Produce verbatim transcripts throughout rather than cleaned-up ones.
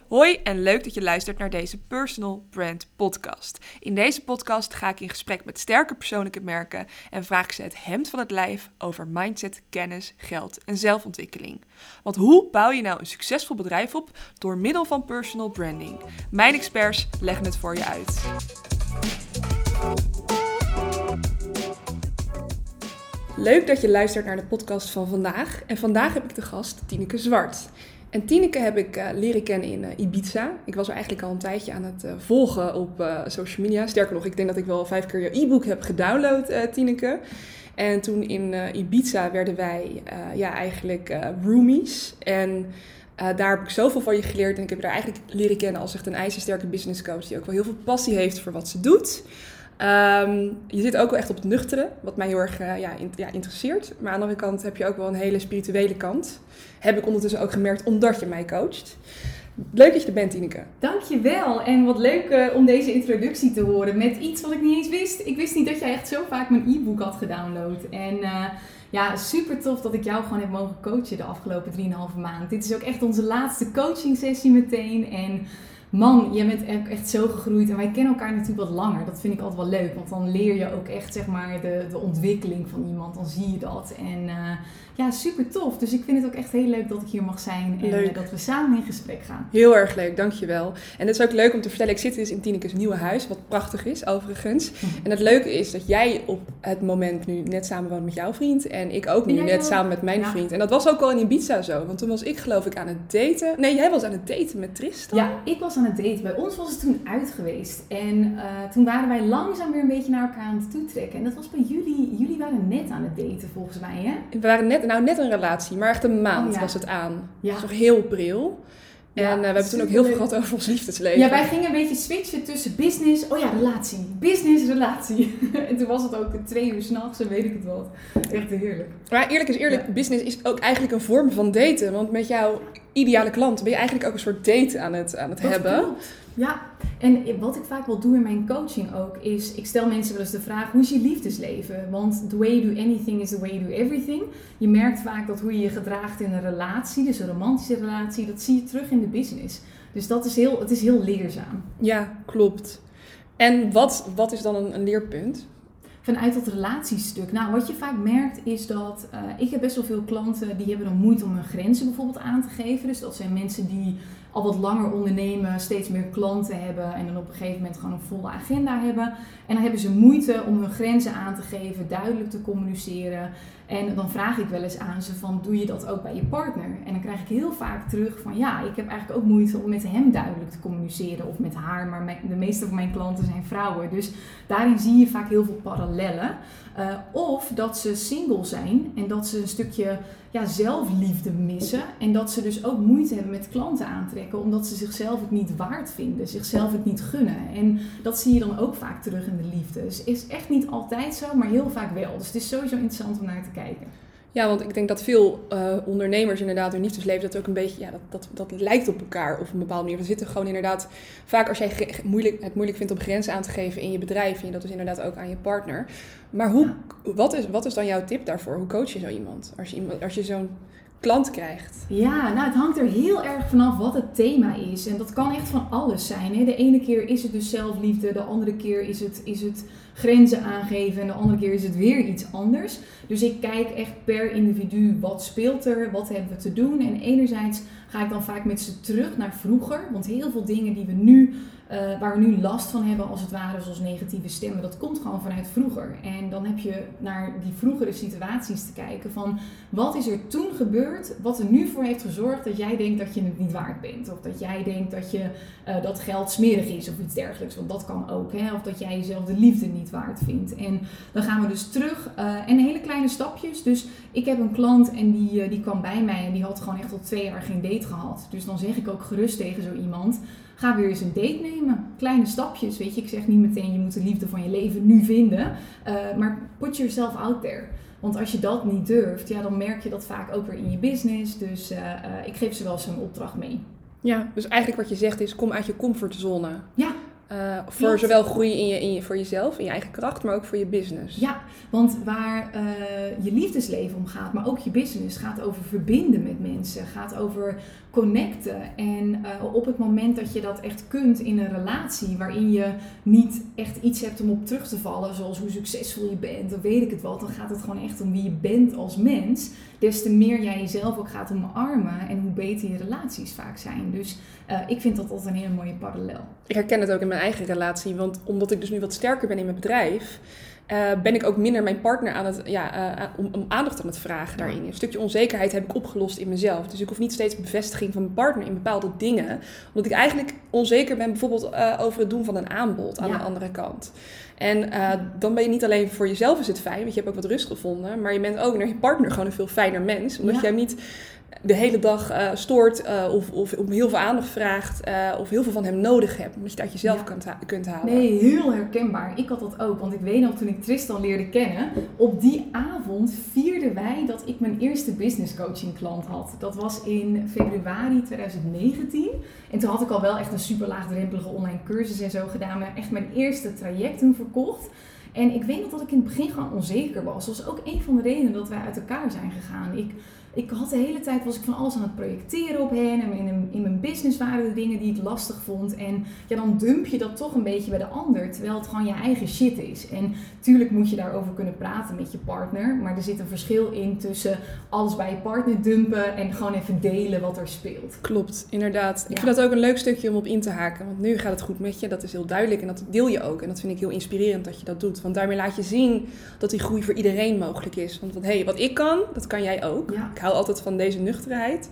Hoi en leuk dat je luistert naar deze Personal Brand podcast. In deze podcast ga ik in gesprek met sterke persoonlijke merken en vraag ik ze het hemd van het lijf over mindset, kennis, geld en zelfontwikkeling. Want hoe bouw je nou een succesvol bedrijf op door middel van personal branding? Mijn experts leggen het voor je uit. Leuk dat je luistert naar de podcast van vandaag. En vandaag heb ik de gast Tineke Zwart. En Tineke heb ik uh, leren kennen in uh, Ibiza. Ik was er eigenlijk al een tijdje aan het uh, volgen op uh, social media. Sterker nog, ik denk dat ik wel vijf keer je e-book heb gedownload, uh, Tineke. En toen in uh, Ibiza werden wij uh, ja, eigenlijk uh, roomies. En uh, daar heb ik zoveel van je geleerd. En ik heb je daar eigenlijk leren kennen als echt een ijzersterke business coach. Die ook wel heel veel passie heeft voor wat ze doet. Um, je zit ook wel echt op het nuchtere, wat mij heel erg uh, ja, in, ja, interesseert. Maar aan de andere kant heb je ook wel een hele spirituele kant. Heb ik ondertussen ook gemerkt, omdat je mij coacht. Leuk dat je er bent, Tineke. Dankjewel. En wat leuk uh, om deze introductie te horen met iets wat ik niet eens wist. Ik wist niet dat jij echt zo vaak mijn e-book had gedownload. En uh, ja, super tof dat ik jou gewoon heb mogen coachen de afgelopen drieënhalve maand. Dit is ook echt onze laatste coaching sessie meteen. En man, jij bent echt zo gegroeid en wij kennen elkaar natuurlijk wat langer. Dat vind ik altijd wel leuk, want dan leer je ook echt zeg maar de, de ontwikkeling van iemand. Dan zie je dat en uh, ja, super tof. Dus ik vind het ook echt heel leuk dat ik hier mag zijn en uh, dat we samen in gesprek gaan. Heel erg leuk, dankjewel. En het is ook leuk om te vertellen, ik zit dus in Tinekes nieuwe huis, wat prachtig is overigens. Mm-hmm. En het leuke is dat jij op het moment nu net samen woont met jouw vriend en ik ook nu net ook samen met mijn ja. vriend. En dat was ook al in Ibiza zo, want toen was ik geloof ik aan het daten. Nee, jij was aan het daten met Tristan. Ja, ik was aan het daten. Bij ons was het toen uit geweest. En uh, toen waren wij langzaam weer een beetje naar elkaar aan het toetrekken. En dat was bij jullie. Jullie waren net aan het daten volgens mij, hè? We waren net, nou net een relatie, maar echt een maand oh, ja. was het aan. Ja. Het was nog heel pril. En ja, uh, we hebben toen ook heel veel gehad over ons liefdesleven. Ja, wij gingen een beetje switchen tussen business, oh ja, relatie. Business, relatie. En toen was het ook twee uur 's nachts en weet ik het wat. Echt heerlijk. Maar eerlijk is eerlijk, ja. business is ook eigenlijk een vorm van daten. Want met jouw ideale klant ben je eigenlijk ook een soort date aan het, aan het dat hebben. Klopt. Ja, en wat ik vaak wel doe in mijn coaching ook is, ik stel mensen wel eens de vraag, hoe is je liefdesleven? Want the way you do anything is the way you do everything. Je merkt vaak dat hoe je je gedraagt in een relatie, dus een romantische relatie, dat zie je terug in de business. Dus dat is heel, het is heel leerzaam. Ja, klopt. En wat, wat is dan een, een leerpunt? Vanuit dat relatiestuk. Nou, wat je vaak merkt is dat, uh, ik heb best wel veel klanten die hebben dan moeite om hun grenzen bijvoorbeeld aan te geven. Dus dat zijn mensen die al wat langer ondernemen, steeds meer klanten hebben en dan op een gegeven moment gewoon een volle agenda hebben. En dan hebben ze moeite om hun grenzen aan te geven, duidelijk te communiceren. En dan vraag ik wel eens aan ze van, doe je dat ook bij je partner? En dan krijg ik heel vaak terug van, ja, ik heb eigenlijk ook moeite om met hem duidelijk te communiceren. Of met haar, maar mijn, de meeste van mijn klanten zijn vrouwen. Dus daarin zie je vaak heel veel parallellen. Uh, of dat ze single zijn en dat ze een stukje ja, zelfliefde missen. En dat ze dus ook moeite hebben met klanten aantrekken. Omdat ze zichzelf het niet waard vinden, zichzelf het niet gunnen. En dat zie je dan ook vaak terug in de liefde. Dus is echt niet altijd zo, maar heel vaak wel. Dus het is sowieso interessant om naar te kijken. Ja, want ik denk dat veel uh, ondernemers inderdaad hun liefdesleven dat ook een beetje, ja, dat, dat, dat lijkt op elkaar op een bepaalde manier. We zitten gewoon inderdaad, vaak als jij ge- moeilijk, het moeilijk vindt om grenzen aan te geven in je bedrijf, en dat is inderdaad ook aan je partner. Maar hoe, ja. wat, is, wat is dan jouw tip daarvoor? Hoe coach je zo iemand? Als je, iemand, als je zo'n klant krijgt? Ja, nou het hangt er heel erg vanaf wat het thema is. En dat kan echt van alles zijn. Hè? De ene keer is het dus zelfliefde, de andere keer is het, is het grenzen aangeven en de andere keer is het weer iets anders. Dus ik kijk echt per individu wat speelt er, wat hebben we te doen. En enerzijds ga ik dan vaak met ze terug naar vroeger. Want heel veel dingen die we nu, uh, waar we nu last van hebben als het ware, zoals negatieve stemmen, dat komt gewoon vanuit vroeger. En dan heb je naar die vroegere situaties te kijken van wat is er toen gebeurd, wat er nu voor heeft gezorgd dat jij denkt dat je het niet waard bent. Of dat jij denkt dat, je, uh, dat geld smerig is of iets dergelijks. Want dat kan ook. Hè? Of dat jij jezelf de liefde niet waard vindt. En dan gaan we dus terug uh, en hele kleine stapjes. Dus ik heb een klant en die, uh, die kwam bij mij en die had gewoon echt al twee jaar geen date gehad. Dus dan zeg ik ook gerust tegen zo iemand, ga weer eens een date nemen. Kleine stapjes, weet je. Ik zeg niet meteen, je moet de liefde van je leven nu vinden. Uh, maar put yourself out there. Want als je dat niet durft, ja, dan merk je dat vaak ook weer in je business. Dus uh, uh, ik geef ze wel zo'n opdracht mee. Ja, dus eigenlijk wat je zegt is, kom uit je comfortzone. Ja. Uh, voor Klopt. Zowel groei in je, in je, voor jezelf, in je eigen kracht, maar ook voor je business. Ja, want waar uh, je liefdesleven om gaat, maar ook je business, gaat over verbinden met mensen. Gaat over connecten. En uh, op het moment dat je dat echt kunt in een relatie waarin je niet echt iets hebt om op terug te vallen, zoals hoe succesvol je bent, of weet ik het wat, dan gaat het gewoon echt om wie je bent als mens. Des te meer jij jezelf ook gaat omarmen en hoe beter je relaties vaak zijn. Dus uh, ik vind dat altijd een hele mooie parallel. Ik herken het ook in mijn eigen relatie, want omdat ik dus nu wat sterker ben in mijn bedrijf, Uh, ben ik ook minder mijn partner aan het, ja, uh, om, om aandacht aan het vragen daarin. Een stukje onzekerheid heb ik opgelost in mezelf. Dus ik hoef niet steeds bevestiging van mijn partner in bepaalde dingen. Omdat ik eigenlijk onzeker ben bijvoorbeeld uh, over het doen van een aanbod aan ja. de andere kant. En uh, dan ben je niet alleen voor jezelf is het fijn, want je hebt ook wat rust gevonden. Maar je bent ook naar je partner gewoon een veel fijner mens. Omdat ja. jij niet de hele dag uh, stoort uh, of, of om heel veel aandacht vraagt uh, of heel veel van hem nodig hebt. Omdat je het uit jezelf ja. kunt, ha- kunt halen. Nee, heel herkenbaar. Ik had dat ook. Want ik weet nog toen ik Tristan leerde kennen, op die avond vierden wij dat ik mijn eerste business coaching klant had. Dat was in februari twintig negentien. En toen had ik al wel echt een super laagdrempelige online cursus en zo gedaan. Maar echt mijn eerste trajecten verkocht. En ik weet nog dat ik in het begin gewoon onzeker was. Dat was ook een van de redenen dat wij uit elkaar zijn gegaan. Ik... Ik had de hele tijd, was ik van alles aan het projecteren op hen. En in, een, in mijn business waren er dingen die ik lastig vond. En ja, dan dump je dat toch een beetje bij de ander. Terwijl het gewoon je eigen shit is. En tuurlijk moet je daarover kunnen praten met je partner. Maar er zit een verschil in tussen alles bij je partner dumpen en gewoon even delen wat er speelt. Klopt, inderdaad. Ik ja. vind dat ook een leuk stukje om op in te haken. Want nu gaat het goed met je. Dat is heel duidelijk. En dat deel je ook. En dat vind ik heel inspirerend dat je dat doet. Want daarmee laat je zien dat die groei voor iedereen mogelijk is. Want hé, hey, wat ik kan, dat kan jij ook. Ja. Ik hou altijd van deze nuchterheid.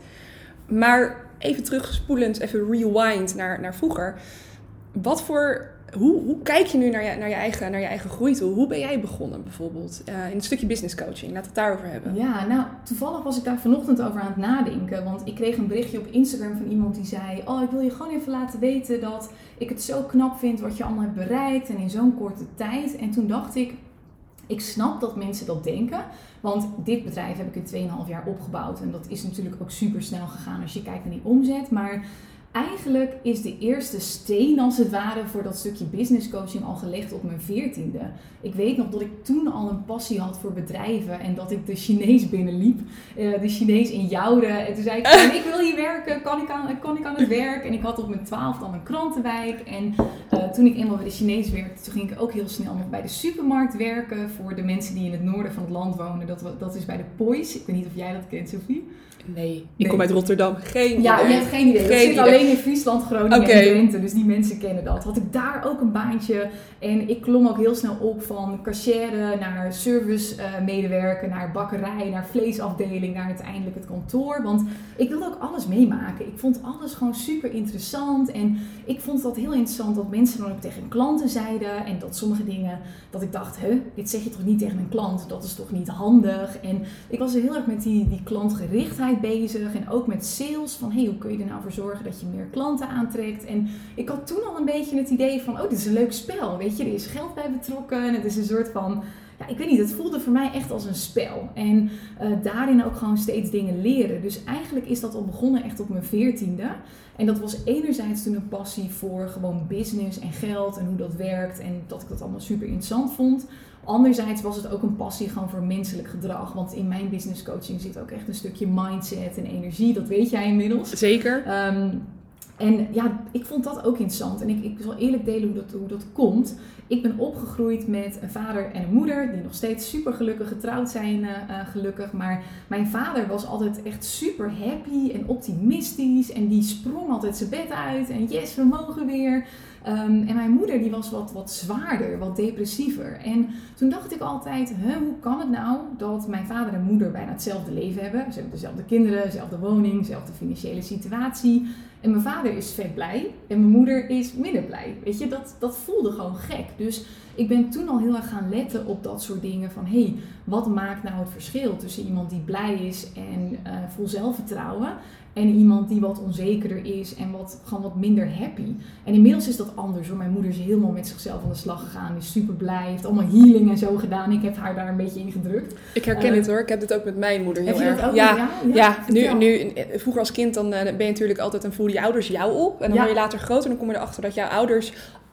Maar even terugspoelend, even rewind naar, naar vroeger. Wat voor, hoe, hoe kijk je nu naar je, naar, je eigen, naar je eigen groei toe? Hoe ben jij begonnen bijvoorbeeld uh, in het stukje business coaching? Laten we het daarover hebben. Ja, nou toevallig was ik daar vanochtend over aan het nadenken. Want ik kreeg een berichtje op Instagram van iemand die zei: oh, ik wil je gewoon even laten weten dat ik het zo knap vind wat je allemaal hebt bereikt. En in zo'n korte tijd. En toen dacht ik, ik snap dat mensen dat denken. Want dit bedrijf heb ik in twee komma vijf jaar opgebouwd. En dat is natuurlijk ook super snel gegaan als je kijkt naar die omzet. Maar eigenlijk is de eerste steen als het ware voor dat stukje business coaching al gelegd op mijn veertiende. Ik weet nog dat ik toen al een passie had voor bedrijven. En dat ik de Chinees binnenliep. Uh, de Chinees in Joure. En toen zei ik, ik wil hier werken. Kan ik, aan, kan ik aan het werk? En ik had op mijn twaalf dan een krantenwijk. En uh, toen ik eenmaal bij de Chinees werkte, toen ging ik ook heel snel nog bij de supermarkt werken. Voor de mensen die in het noorden van het land wonen. Dat, dat is bij de Poys. Ik weet niet of jij dat kent, Sophie. Nee, ik nee. kom uit Rotterdam. Geen ja, idee. je hebt geen idee. Geen dat zit idee. alleen in Friesland, Groningen okay. en Drenthe. Dus die mensen kennen dat. Had ik daar ook een baantje. En ik klom ook heel snel op van cashier naar service uh, medewerker, naar bakkerij, naar vleesafdeling, naar uiteindelijk het kantoor. Want ik wilde ook alles meemaken. Ik vond alles gewoon super interessant. En ik vond dat heel interessant dat mensen dan ook tegen klanten zeiden. En dat sommige dingen, dat ik dacht, huh, dit zeg je toch niet tegen een klant? Dat is toch niet handig? En ik was er heel erg met die, die klantgerichtheid bezig en ook met sales van hey, hoe kun je er nou voor zorgen dat je meer klanten aantrekt. En ik had toen al een beetje het idee van oh, dit is een leuk spel, weet je, er is geld bij betrokken. Het is een soort van, ja, ik weet niet, het voelde voor mij echt als een spel. En uh, daarin ook gewoon steeds dingen leren. Dus eigenlijk is dat al begonnen echt op mijn veertiende. En dat was enerzijds toen een passie voor gewoon business en geld en hoe dat werkt en dat ik dat allemaal super interessant vond. Anderzijds was het ook een passie gewoon voor menselijk gedrag. Want in mijn business coaching zit ook echt een stukje mindset en energie. Dat weet jij inmiddels. Zeker. Um, en ja, ik vond dat ook interessant. En ik, ik zal eerlijk delen hoe dat, hoe dat komt. Ik ben opgegroeid met een vader en een moeder die nog steeds super gelukkig getrouwd zijn, uh, uh, gelukkig. Maar mijn vader was altijd echt super happy en optimistisch. En die sprong altijd zijn bed uit. En yes, we mogen weer. Um, en mijn moeder die was wat, wat zwaarder, wat depressiever. En toen dacht ik altijd, huh, hoe kan het nou dat mijn vader en moeder bijna hetzelfde leven hebben? Ze hebben dezelfde kinderen, dezelfde woning, dezelfde financiële situatie. En mijn vader is vet blij en mijn moeder is minder blij. Weet je, dat, dat voelde gewoon gek. Dus ik ben toen al heel erg gaan letten op dat soort dingen. Van hé, hey, wat maakt nou het verschil tussen iemand die blij is en uh, vol zelfvertrouwen en iemand die wat onzekerder is en wat, gewoon wat minder happy. En inmiddels is dat anders hoor. Mijn moeder is helemaal met zichzelf aan de slag gegaan. Is super blij. Heeft allemaal healing en zo gedaan. Ik heb haar daar een beetje in gedrukt. Ik herken uh, het hoor. Ik heb dit ook met mijn moeder heel heb je erg. Dat ook ja, ja, ja, ja, ja nu, nu, vroeger als kind dan uh, ben je natuurlijk altijd, dan voelen je ouders jou op. En dan ja. word je later groter en dan kom je erachter dat jouw ouders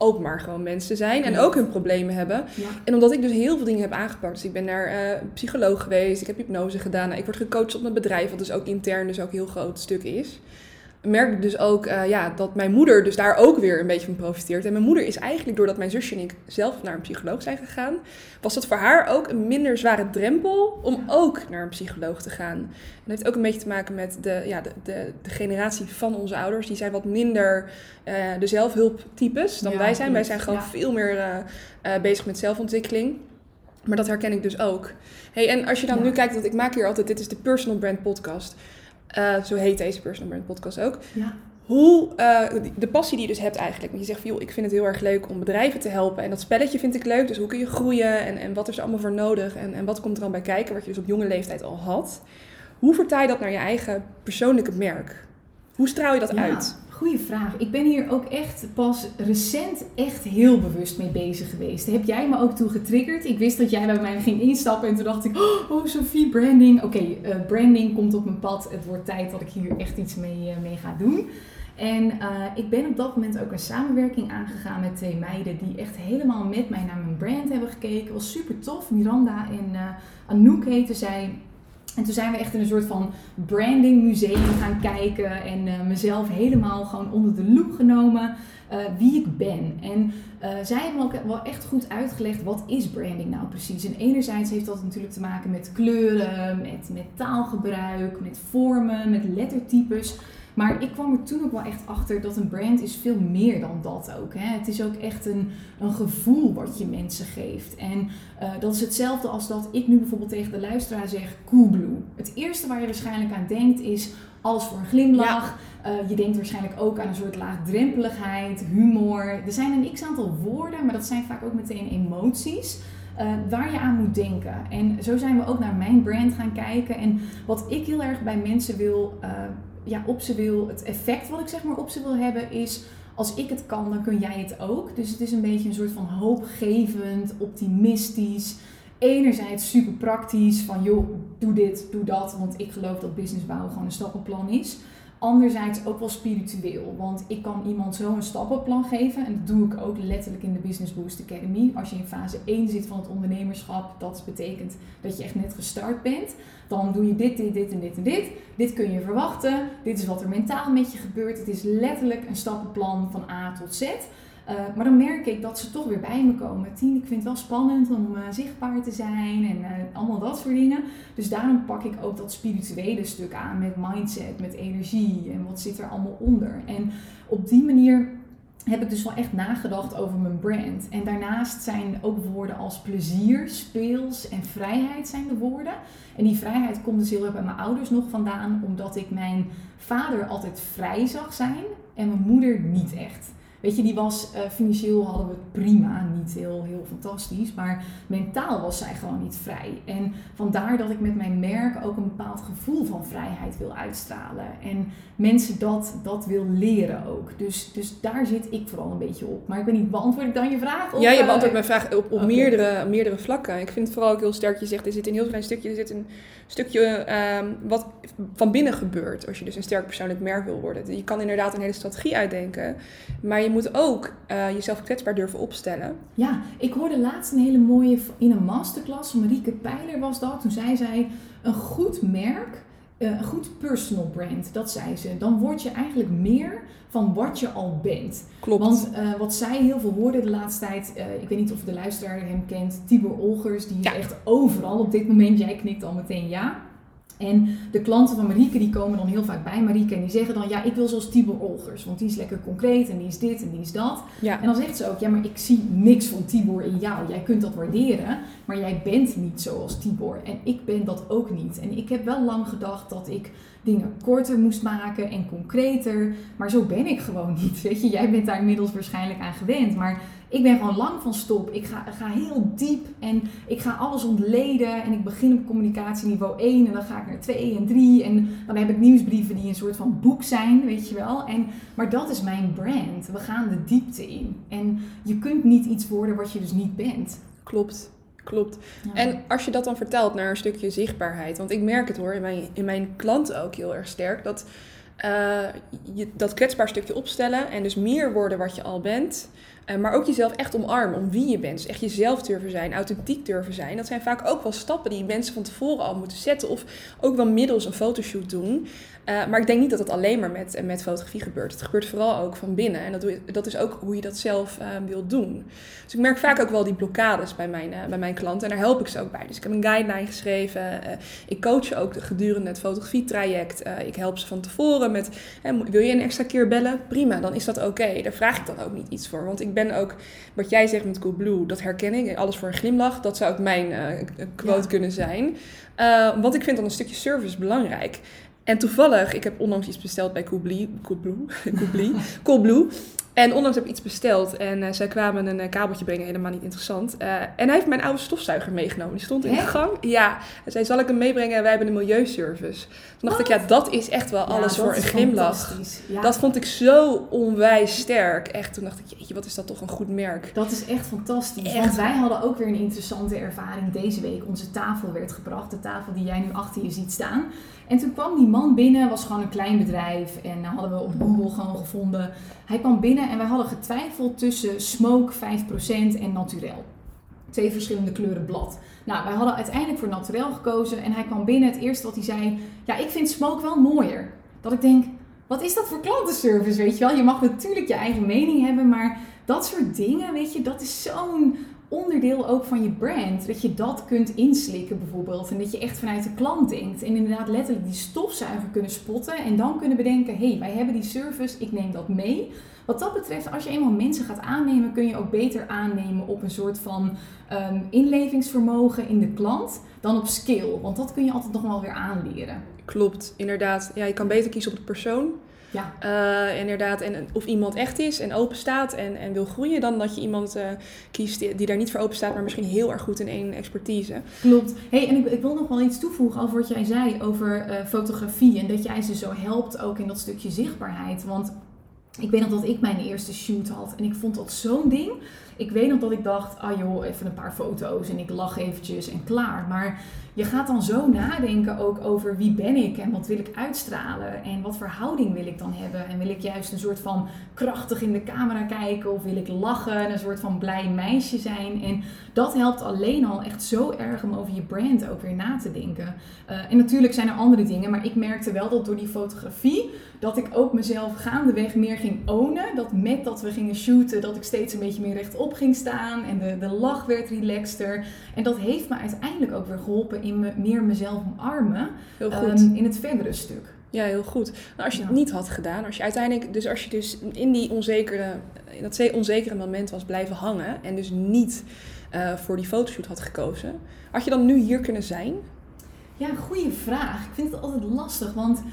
ook maar gewoon mensen zijn en Ja. ook hun problemen hebben. Ja. En omdat ik dus heel veel dingen heb aangepakt. Dus ik ben naar uh, een psycholoog geweest, ik heb hypnose gedaan. Nou, ik word gecoacht op mijn bedrijf, wat dus ook intern dus ook een heel groot stuk is. Merk ik dus ook uh, ja, dat mijn moeder dus daar ook weer een beetje van profiteert. En mijn moeder is eigenlijk, doordat mijn zusje en ik zelf naar een psycholoog zijn gegaan, was dat voor haar ook een minder zware drempel om ja. ook naar een psycholoog te gaan. En dat heeft ook een beetje te maken met de, ja, de, de, de generatie van onze ouders. Die zijn wat minder uh, de zelfhulptypes dan ja, wij zijn. Wij zijn gewoon ja. veel meer uh, uh, bezig met zelfontwikkeling. Maar dat herken ik dus ook. Hey, en als je dan ja. nu kijkt, want ik maak hier altijd, dit is de Personal Brand Podcast. Uh, zo heet deze Personal Brand Podcast ook. Ja. Hoe, uh, de passie die je dus hebt eigenlijk. Want je zegt van, joh, ik vind het heel erg leuk om bedrijven te helpen. En dat spelletje vind ik leuk. Dus hoe kun je groeien en, en wat is er allemaal voor nodig? En, en wat komt er dan bij kijken, wat je dus op jonge leeftijd al had? Hoe vertaal je dat naar je eigen persoonlijke merk? Hoe straal je dat ja, uit? Goeie vraag. Ik ben hier ook echt pas recent echt heel bewust mee bezig geweest. Daar heb jij me ook toe getriggerd. Ik wist dat jij bij mij ging instappen en toen dacht ik, oh Sophie, branding. Oké, okay, uh, branding komt op mijn pad. Het wordt tijd dat ik hier echt iets mee, uh, mee ga doen. En uh, ik ben op dat moment ook een samenwerking aangegaan met twee meiden die echt helemaal met mij naar mijn brand hebben gekeken. Dat was super tof. Miranda en uh, Anouk heten zij. En toen zijn we echt in een soort van branding museum gaan kijken en uh, mezelf helemaal gewoon onder de loep genomen uh, wie ik ben. En uh, zij hebben ook wel echt goed uitgelegd wat is branding nou precies. En enerzijds heeft dat natuurlijk te maken met kleuren, met, met taalgebruik, met vormen, met lettertypes. Maar ik kwam er toen ook wel echt achter dat een brand is veel meer dan dat ook. Hè. Het is ook echt een, een gevoel wat je mensen geeft. En uh, dat is hetzelfde als dat ik nu bijvoorbeeld tegen de luisteraar zeg Coolblue. Het eerste waar je waarschijnlijk aan denkt is alles voor een glimlach. Ja. Uh, je denkt waarschijnlijk ook aan een soort laagdrempeligheid, humor. Er zijn een x-aantal woorden, maar dat zijn vaak ook meteen emoties. Uh, waar je aan moet denken. En zo zijn we ook naar mijn brand gaan kijken. En wat ik heel erg bij mensen wil... Uh, ja, op ze wil, het effect wat ik zeg maar op ze wil hebben is, als ik het kan, dan kun jij het ook. Dus het is een beetje een soort van hoopgevend, optimistisch. Enerzijds super praktisch, van joh, doe dit, doe dat. Want ik geloof dat business bouwen gewoon een stappenplan is. Anderzijds ook wel spiritueel, want ik kan iemand zo een stappenplan geven. En dat doe ik ook letterlijk in de Business Boost Academy. Als je in fase één zit van het ondernemerschap, dat betekent dat je echt net gestart bent. Dan doe je dit, dit, dit en dit en dit. Dit kun je verwachten. Dit is wat er mentaal met je gebeurt. Het is letterlijk een stappenplan van A tot Z. Uh, maar dan merk ik dat ze toch weer bij me komen. Tien, ik vind het wel spannend om uh, zichtbaar te zijn en uh, allemaal dat soort dingen. Dus daarom pak ik ook dat spirituele stuk aan met mindset, met energie en wat zit er allemaal onder. En op die manier heb ik dus wel echt nagedacht over mijn brand. En daarnaast zijn ook woorden als plezier, speels en vrijheid zijn de woorden. En die vrijheid komt dus heel erg bij mijn ouders nog vandaan, omdat ik mijn vader altijd vrij zag zijn en mijn moeder niet echt. Weet je, die was uh, financieel hadden we het prima, niet heel, heel fantastisch, maar mentaal was zij gewoon niet vrij. En vandaar dat ik met mijn merk ook een bepaald gevoel van vrijheid wil uitstralen. En mensen dat, dat wil leren ook. Dus, dus daar zit ik vooral een beetje op. Maar ik ben niet, beantwoord ik dan je vraag? Of, ja, je uh, beantwoordt mijn vraag op, op okay. meerdere, meerdere vlakken. Ik vind het vooral ook heel sterk, je zegt, er zit een heel klein stukje, er zit een stukje um, wat van binnen gebeurt. Als je dus een sterk persoonlijk merk wil worden. Je kan inderdaad een hele strategie uitdenken, maar je moet ook uh, jezelf kwetsbaar durven opstellen. Ja, ik hoorde laatst een hele mooie in een masterclass, Marieke Pijler was dat. Toen zei zij, een goed merk, uh, een goed personal brand, dat zei ze. Dan word je eigenlijk meer van wat je al bent. Klopt. Want uh, wat zij heel veel hoorde de laatste tijd, uh, ik weet niet of de luisteraar hem kent, Tibor Olgers, die ja. is echt overal op dit moment. Jij knikt al meteen ja. En de klanten van Marieke die komen dan heel vaak bij Marieke en die zeggen dan, ja, ik wil zoals Tibor Olgers, want die is lekker concreet en die is dit en die is dat. Ja. En dan zegt ze ook, ja, maar ik zie niks van Tibor in jou. Jij kunt dat waarderen, maar jij bent niet zoals Tibor. En ik ben dat ook niet. En ik heb wel lang gedacht dat ik dingen korter moest maken en concreter, maar zo ben ik gewoon niet. Weet je, jij bent daar inmiddels waarschijnlijk aan gewend, maar ik ben gewoon lang van stop. Ik ga, ga heel diep en ik ga alles ontleden en ik begin op communicatieniveau één en dan ga ik naar twee en drie en dan heb ik nieuwsbrieven die een soort van boek zijn, weet je wel. En, maar dat is mijn brand. We gaan de diepte in en je kunt niet iets worden wat je dus niet bent. Klopt. Klopt. Ja. En als je dat dan vertelt naar een stukje zichtbaarheid, want ik merk het hoor in mijn, in mijn klanten ook heel erg sterk, dat uh, je, dat kwetsbaar stukje opstellen en dus meer worden wat je al bent. Uh, maar ook jezelf echt omarmen, om wie je bent. Dus echt jezelf durven zijn, authentiek durven zijn. Dat zijn vaak ook wel stappen die mensen van tevoren al moeten zetten. Of ook wel middels een fotoshoot doen. Uh, maar ik denk niet dat het alleen maar met, met fotografie gebeurt. Het gebeurt vooral ook van binnen. En dat, doe je, dat is ook hoe je dat zelf uh, wilt doen. Dus ik merk vaak ook wel die blokkades bij mijn, uh, bij mijn klanten. En daar help ik ze ook bij. Dus ik heb een guideline geschreven. Uh, ik coach ze ook gedurende het fotografietraject. Uh, ik help ze van tevoren met... Hè, wil je een extra keer bellen? Prima, dan is dat oké. Okay. Daar vraag ik dan ook niet iets voor. Want ik ben ook... Wat jij zegt met Coolblue, dat herken ik. Alles voor een glimlach. Dat zou ook mijn uh, quote ja. kunnen zijn. Uh, want ik vind dan een stukje service belangrijk. En toevallig, ik heb onlangs iets besteld bij Coolblue. Coolblue? Coolblue? Coolblue. En onlangs heb ik iets besteld en uh, zij kwamen een uh, kabeltje brengen, helemaal niet interessant. Uh, en hij heeft mijn oude stofzuiger meegenomen. Die stond in de gang. Ja, hij zei, zal ik hem meebrengen? Wij hebben een milieuservice. Toen dacht Wat? ik, ja, dat is echt wel alles ja, voor een glimlach. Ja. Dat vond ik zo onwijs sterk. Echt, toen dacht ik, jeetje, wat is dat toch een goed merk. Dat is echt fantastisch. Echt. Want wij hadden ook weer een interessante ervaring deze week. Onze tafel werd gebracht, de tafel die jij nu achter je ziet staan. En toen kwam die man binnen, was gewoon een klein bedrijf. En nou hadden we op Google gewoon gevonden. Hij kwam binnen en wij hadden getwijfeld tussen Smoke vijf procent en Naturel. Twee verschillende kleuren blad. Nou, wij hadden uiteindelijk voor Naturel gekozen. En hij kwam binnen, het eerste wat hij zei... Ja, ik vind Smoke wel mooier. Dat ik denk, wat is dat voor klantenservice, weet je wel? Je mag natuurlijk je eigen mening hebben, maar dat soort dingen, weet je, dat is zo'n... onderdeel ook van je brand, dat je dat kunt inslikken bijvoorbeeld en dat je echt vanuit de klant denkt en inderdaad letterlijk die stofzuiger kunnen spotten en dan kunnen bedenken, hé, hey, wij hebben die service, ik neem dat mee. Wat dat betreft, als je eenmaal mensen gaat aannemen, kun je ook beter aannemen op een soort van um, inlevingsvermogen in de klant dan op skill, want dat kun je altijd nog wel weer aanleren. Klopt, inderdaad. Ja, je kan beter kiezen op de persoon. Ja. Uh, inderdaad, en of iemand echt is en open staat en, en wil groeien, dan dat je iemand uh, kiest die, die daar niet voor open staat, maar misschien heel erg goed in één expertise. Klopt. Hey, en ik, ik wil nog wel iets toevoegen over wat jij zei over uh, fotografie en dat jij ze zo helpt ook in dat stukje zichtbaarheid. Want ik weet nog dat ik mijn eerste shoot had en ik vond dat zo'n ding. Ik weet nog dat ik dacht, ah joh, even een paar foto's en ik lach eventjes en klaar. Maar je gaat dan zo nadenken ook over wie ben ik en wat wil ik uitstralen en wat voor houding wil ik dan hebben. En wil ik juist een soort van krachtig in de camera kijken of wil ik lachen, een soort van blij meisje zijn. En dat helpt alleen al echt zo erg om over je brand ook weer na te denken. Uh, en natuurlijk zijn er andere dingen, maar ik merkte wel dat door die fotografie, dat ik ook mezelf gaandeweg meer ging ownen. Dat met dat we gingen shooten, dat ik steeds een beetje meer rechtop ging staan en de, de lach werd relaxter. En dat heeft me uiteindelijk ook weer geholpen in me, meer mezelf omarmen. Heel goed. Um, in het verdere stuk. Ja, heel goed. Nou, als je ja. het niet had gedaan, als je uiteindelijk, dus als je dus in die onzekere, in dat onzekere moment was blijven hangen en dus niet uh, voor die fotoshoot had gekozen, had je dan nu hier kunnen zijn? Ja, goede vraag. Ik vind het altijd lastig, want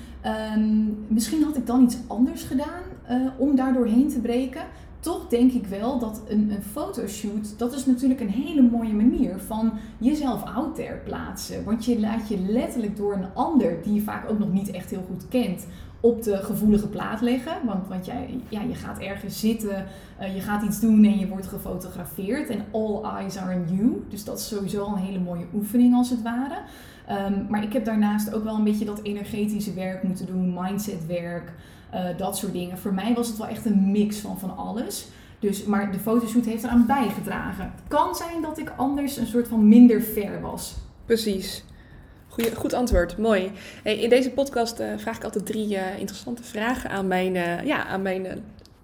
um, misschien had ik dan iets anders gedaan uh, om daar doorheen te breken. Toch denk ik wel dat een, een fotoshoot, dat is natuurlijk een hele mooie manier van jezelf out there plaatsen. Want je laat je letterlijk door een ander, die je vaak ook nog niet echt heel goed kent, op de gevoelige plaat leggen. Want, want jij, ja, je gaat ergens zitten, uh, je gaat iets doen en je wordt gefotografeerd. En all eyes are on you. Dus dat is sowieso al een hele mooie oefening als het ware. Um, maar ik heb daarnaast ook wel een beetje dat energetische werk moeten doen, mindsetwerk. Uh, dat soort dingen. Voor mij was het wel echt een mix van van alles. Dus, maar de fotoshoot heeft eraan bijgedragen. Het kan zijn dat ik anders een soort van minder ver was. Precies. Goeie, goed antwoord. Mooi. Hey, in deze podcast uh, vraag ik altijd drie uh, interessante vragen aan mijn, uh, ja, aan mijn uh,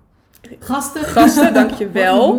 gasten. Gasten, dankjewel.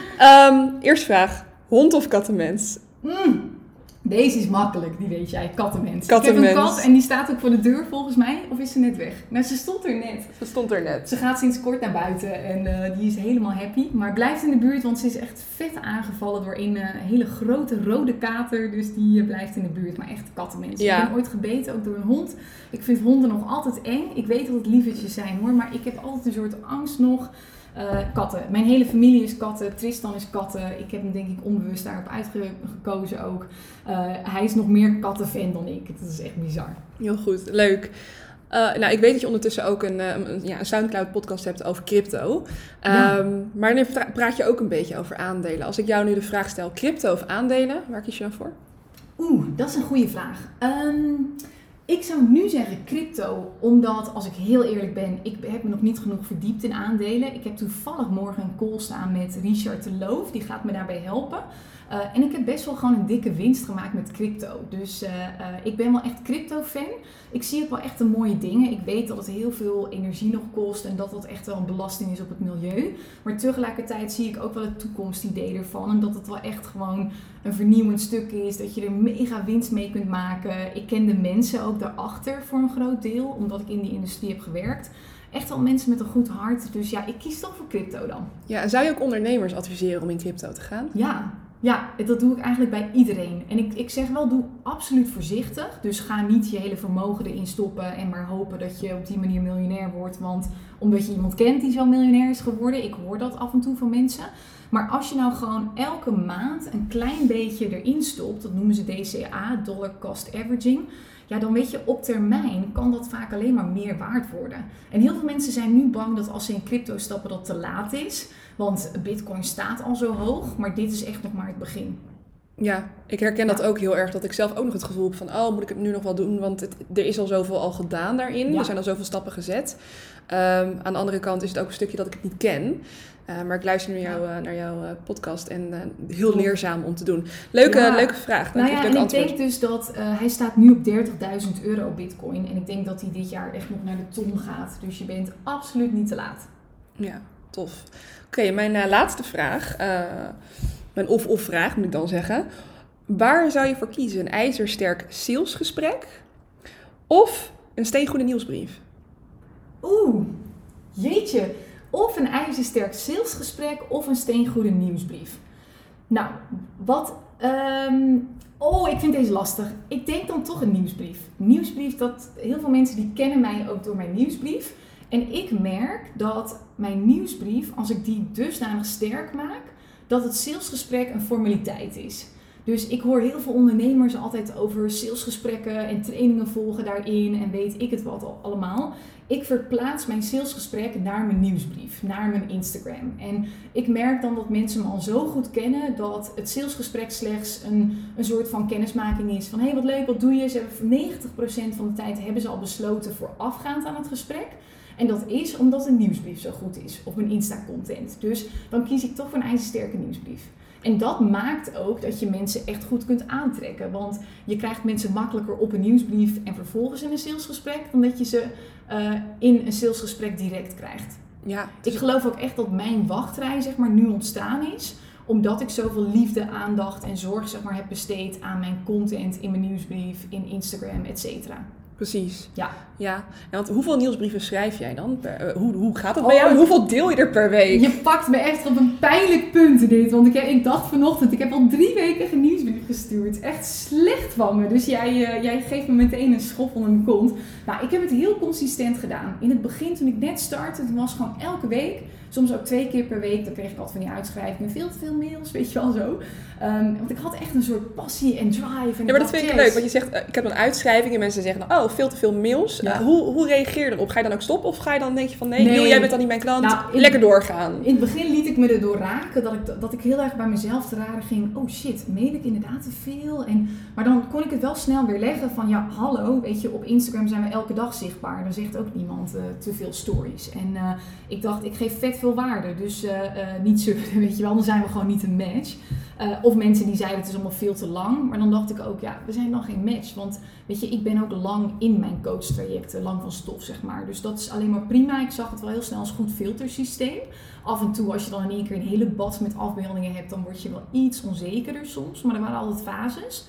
um, eerste vraag. Hond of kattenmens? Mm. Deze is makkelijk, die weet jij, kattenmens. Kattenmens. Ik heb een kat en die staat ook voor de deur volgens mij. Of is ze net weg? Nou, ze stond er net. Ze stond er net. Ze gaat sinds kort naar buiten en uh, die is helemaal happy. Maar blijft in de buurt, want ze is echt vet aangevallen door een uh, hele grote rode kater. Dus die uh, blijft in de buurt. Maar echt kattenmens. Ja. Ik ben ooit gebeten, ook door een hond. Ik vind honden nog altijd eng. Ik weet dat het lievertjes zijn hoor, maar ik heb altijd een soort angst nog. Uh, katten. Mijn hele familie is katten. Tristan is katten. Ik heb hem denk ik onbewust daarop uitgekozen ook. Uh, hij is nog meer kattenfan dan ik. Dat is echt bizar. Heel goed. Leuk. Uh, nou, ik weet dat je ondertussen ook een, een, ja, een Soundcloud podcast hebt over crypto. Um, ja. Maar dan praat je ook een beetje over aandelen. Als ik jou nu de vraag stel, crypto of aandelen, waar kies je dan voor? Oeh, dat is een goede vraag. Um, Ik zou nu zeggen crypto, omdat als ik heel eerlijk ben, ik heb me nog niet genoeg verdiept in aandelen. Ik heb toevallig morgen een call staan met Richard de Loof, die gaat me daarbij helpen. Uh, en ik heb best wel gewoon een dikke winst gemaakt met crypto. Dus uh, uh, ik ben wel echt crypto-fan. Ik zie ook wel echt de mooie dingen. Ik weet dat het heel veel energie nog kost en dat dat echt wel een belasting is op het milieu. Maar tegelijkertijd zie ik ook wel het toekomstidee ervan. En dat het wel echt gewoon een vernieuwend stuk is. Dat je er mega winst mee kunt maken. Ik ken de mensen ook daarachter voor een groot deel, omdat ik in die industrie heb gewerkt. Echt wel mensen met een goed hart. Dus ja, ik kies toch voor crypto dan. Ja, en zou je ook ondernemers adviseren om in crypto te gaan? Ja. Ja, dat doe ik eigenlijk bij iedereen. En ik, ik zeg wel, doe absoluut voorzichtig. Dus ga niet je hele vermogen erin stoppen en maar hopen dat je op die manier miljonair wordt. Want omdat je iemand kent die zo miljonair is geworden. Ik hoor dat af en toe van mensen. Maar als je nou gewoon elke maand een klein beetje erin stopt, dat noemen ze D C A, Dollar Cost Averaging. Ja, dan weet je, op termijn kan dat vaak alleen maar meer waard worden. En heel veel mensen zijn nu bang dat als ze in crypto stappen dat te laat is. Want Bitcoin staat al zo hoog, maar dit is echt nog maar het begin. Ja, ik herken dat ja. ook heel erg. Dat ik zelf ook nog het gevoel heb van, oh, moet ik het nu nog wel doen? Want het, er is al zoveel al gedaan daarin. Ja. Er zijn al zoveel stappen gezet. Um, aan de andere kant is het ook een stukje dat ik het niet ken. Uh, maar ik luister nu jou, uh, naar jouw uh, podcast en uh, heel leerzaam om te doen. Leuke, ja. leuke vraag. Dank nou ja, je, en antwoord. ik denk dus dat uh, hij staat nu op dertigduizend euro Bitcoin. En ik denk dat hij dit jaar echt nog naar de ton gaat. Dus je bent absoluut niet te laat. Ja, tof. Oké, okay, mijn uh, laatste vraag. Uh, mijn of-of vraag moet ik dan zeggen. Waar zou je voor kiezen? Een ijzersterk salesgesprek of een steengoede nieuwsbrief? Oeh, jeetje. Of een ijzersterk salesgesprek of een steengoede nieuwsbrief. Nou, wat... Um, oh, ik vind deze lastig. Ik denk dan toch een nieuwsbrief. Nieuwsbrief, dat heel veel mensen die kennen mij ook door mijn nieuwsbrief. En ik merk dat mijn nieuwsbrief, als ik die dusdanig sterk maak, dat het salesgesprek een formaliteit is. Dus ik hoor heel veel ondernemers altijd over salesgesprekken en trainingen volgen daarin en weet ik het wat allemaal. Ik verplaats mijn salesgesprek naar mijn nieuwsbrief, naar mijn Instagram. En ik merk dan dat mensen me al zo goed kennen dat het salesgesprek slechts een, een soort van kennismaking is. Van hé, hey, wat leuk, wat doe je? Ze hebben negentig procent van de tijd hebben ze al besloten voorafgaand aan het gesprek. En dat is omdat een nieuwsbrief zo goed is, of mijn Insta-content. Dus dan kies ik toch voor een ijzersterke nieuwsbrief. En dat maakt ook dat je mensen echt goed kunt aantrekken. Want je krijgt mensen makkelijker op een nieuwsbrief en vervolgens in een salesgesprek, dan dat je ze uh, in een salesgesprek direct krijgt. Ja, ik geloof ook echt dat mijn wachtrij zeg maar, nu ontstaan is, omdat ik zoveel liefde, aandacht en zorg zeg maar, heb besteed aan mijn content in mijn nieuwsbrief, in Instagram, et cetera. Precies. Ja. Ja. En want hoeveel nieuwsbrieven schrijf jij dan? Per, uh, hoe, hoe gaat het oh, bij jou? En hoeveel deel je er per week? Je pakt me echt op een pijnlijk punt dit. Want ik, heb, ik dacht vanochtend, ik heb al drie weken geen nieuwsbrief gestuurd. Echt slecht van me. Dus jij, uh, jij geeft me meteen een schop onder mijn kont. Nou, ik heb het heel consistent gedaan. In het begin, toen ik net startte, toen was het gewoon elke week. Soms ook twee keer per week. Dan kreeg ik altijd van die uitschrijvingen. Veel te veel mails, weet je wel zo. Um, want ik had echt een soort passie en drive. En ja, maar dat vind ik yes. leuk. Want je zegt, uh, ik heb een uitschrijving en mensen zeggen, oh, veel te veel mails. Ja. Uh, hoe, hoe reageer je erop? Ga je dan ook stoppen? Of ga je dan denk je van, nee, nee. Joh, jij bent dan niet mijn klant. Nou, in, Lekker doorgaan. In het begin liet ik me erdoor raken. Dat ik, dat ik heel erg bij mezelf te raden ging. Oh shit, mail ik inderdaad te veel? En, maar dan kon ik het wel snel weer leggen van, ja, hallo. Weet je, op Instagram zijn we elke dag zichtbaar. Dan zegt ook niemand uh, te veel stories. En uh, ik dacht, ik geef vet veel waarde. Dus uh, uh, niet zeuren, weet je wel. Dan zijn we gewoon niet een match. Uh, of mensen die zeiden het is allemaal veel te lang. Maar dan dacht ik ook, ja, we zijn dan geen match. Want weet je, ik ben ook lang in mijn coachtrajecten, lang van stof, zeg maar. Dus dat is alleen maar prima. Ik zag het wel heel snel als goed filtersysteem. Af en toe, als je dan in één keer een hele bad met afbeeldingen hebt, dan word je wel iets onzekerder soms. Maar er waren altijd fases.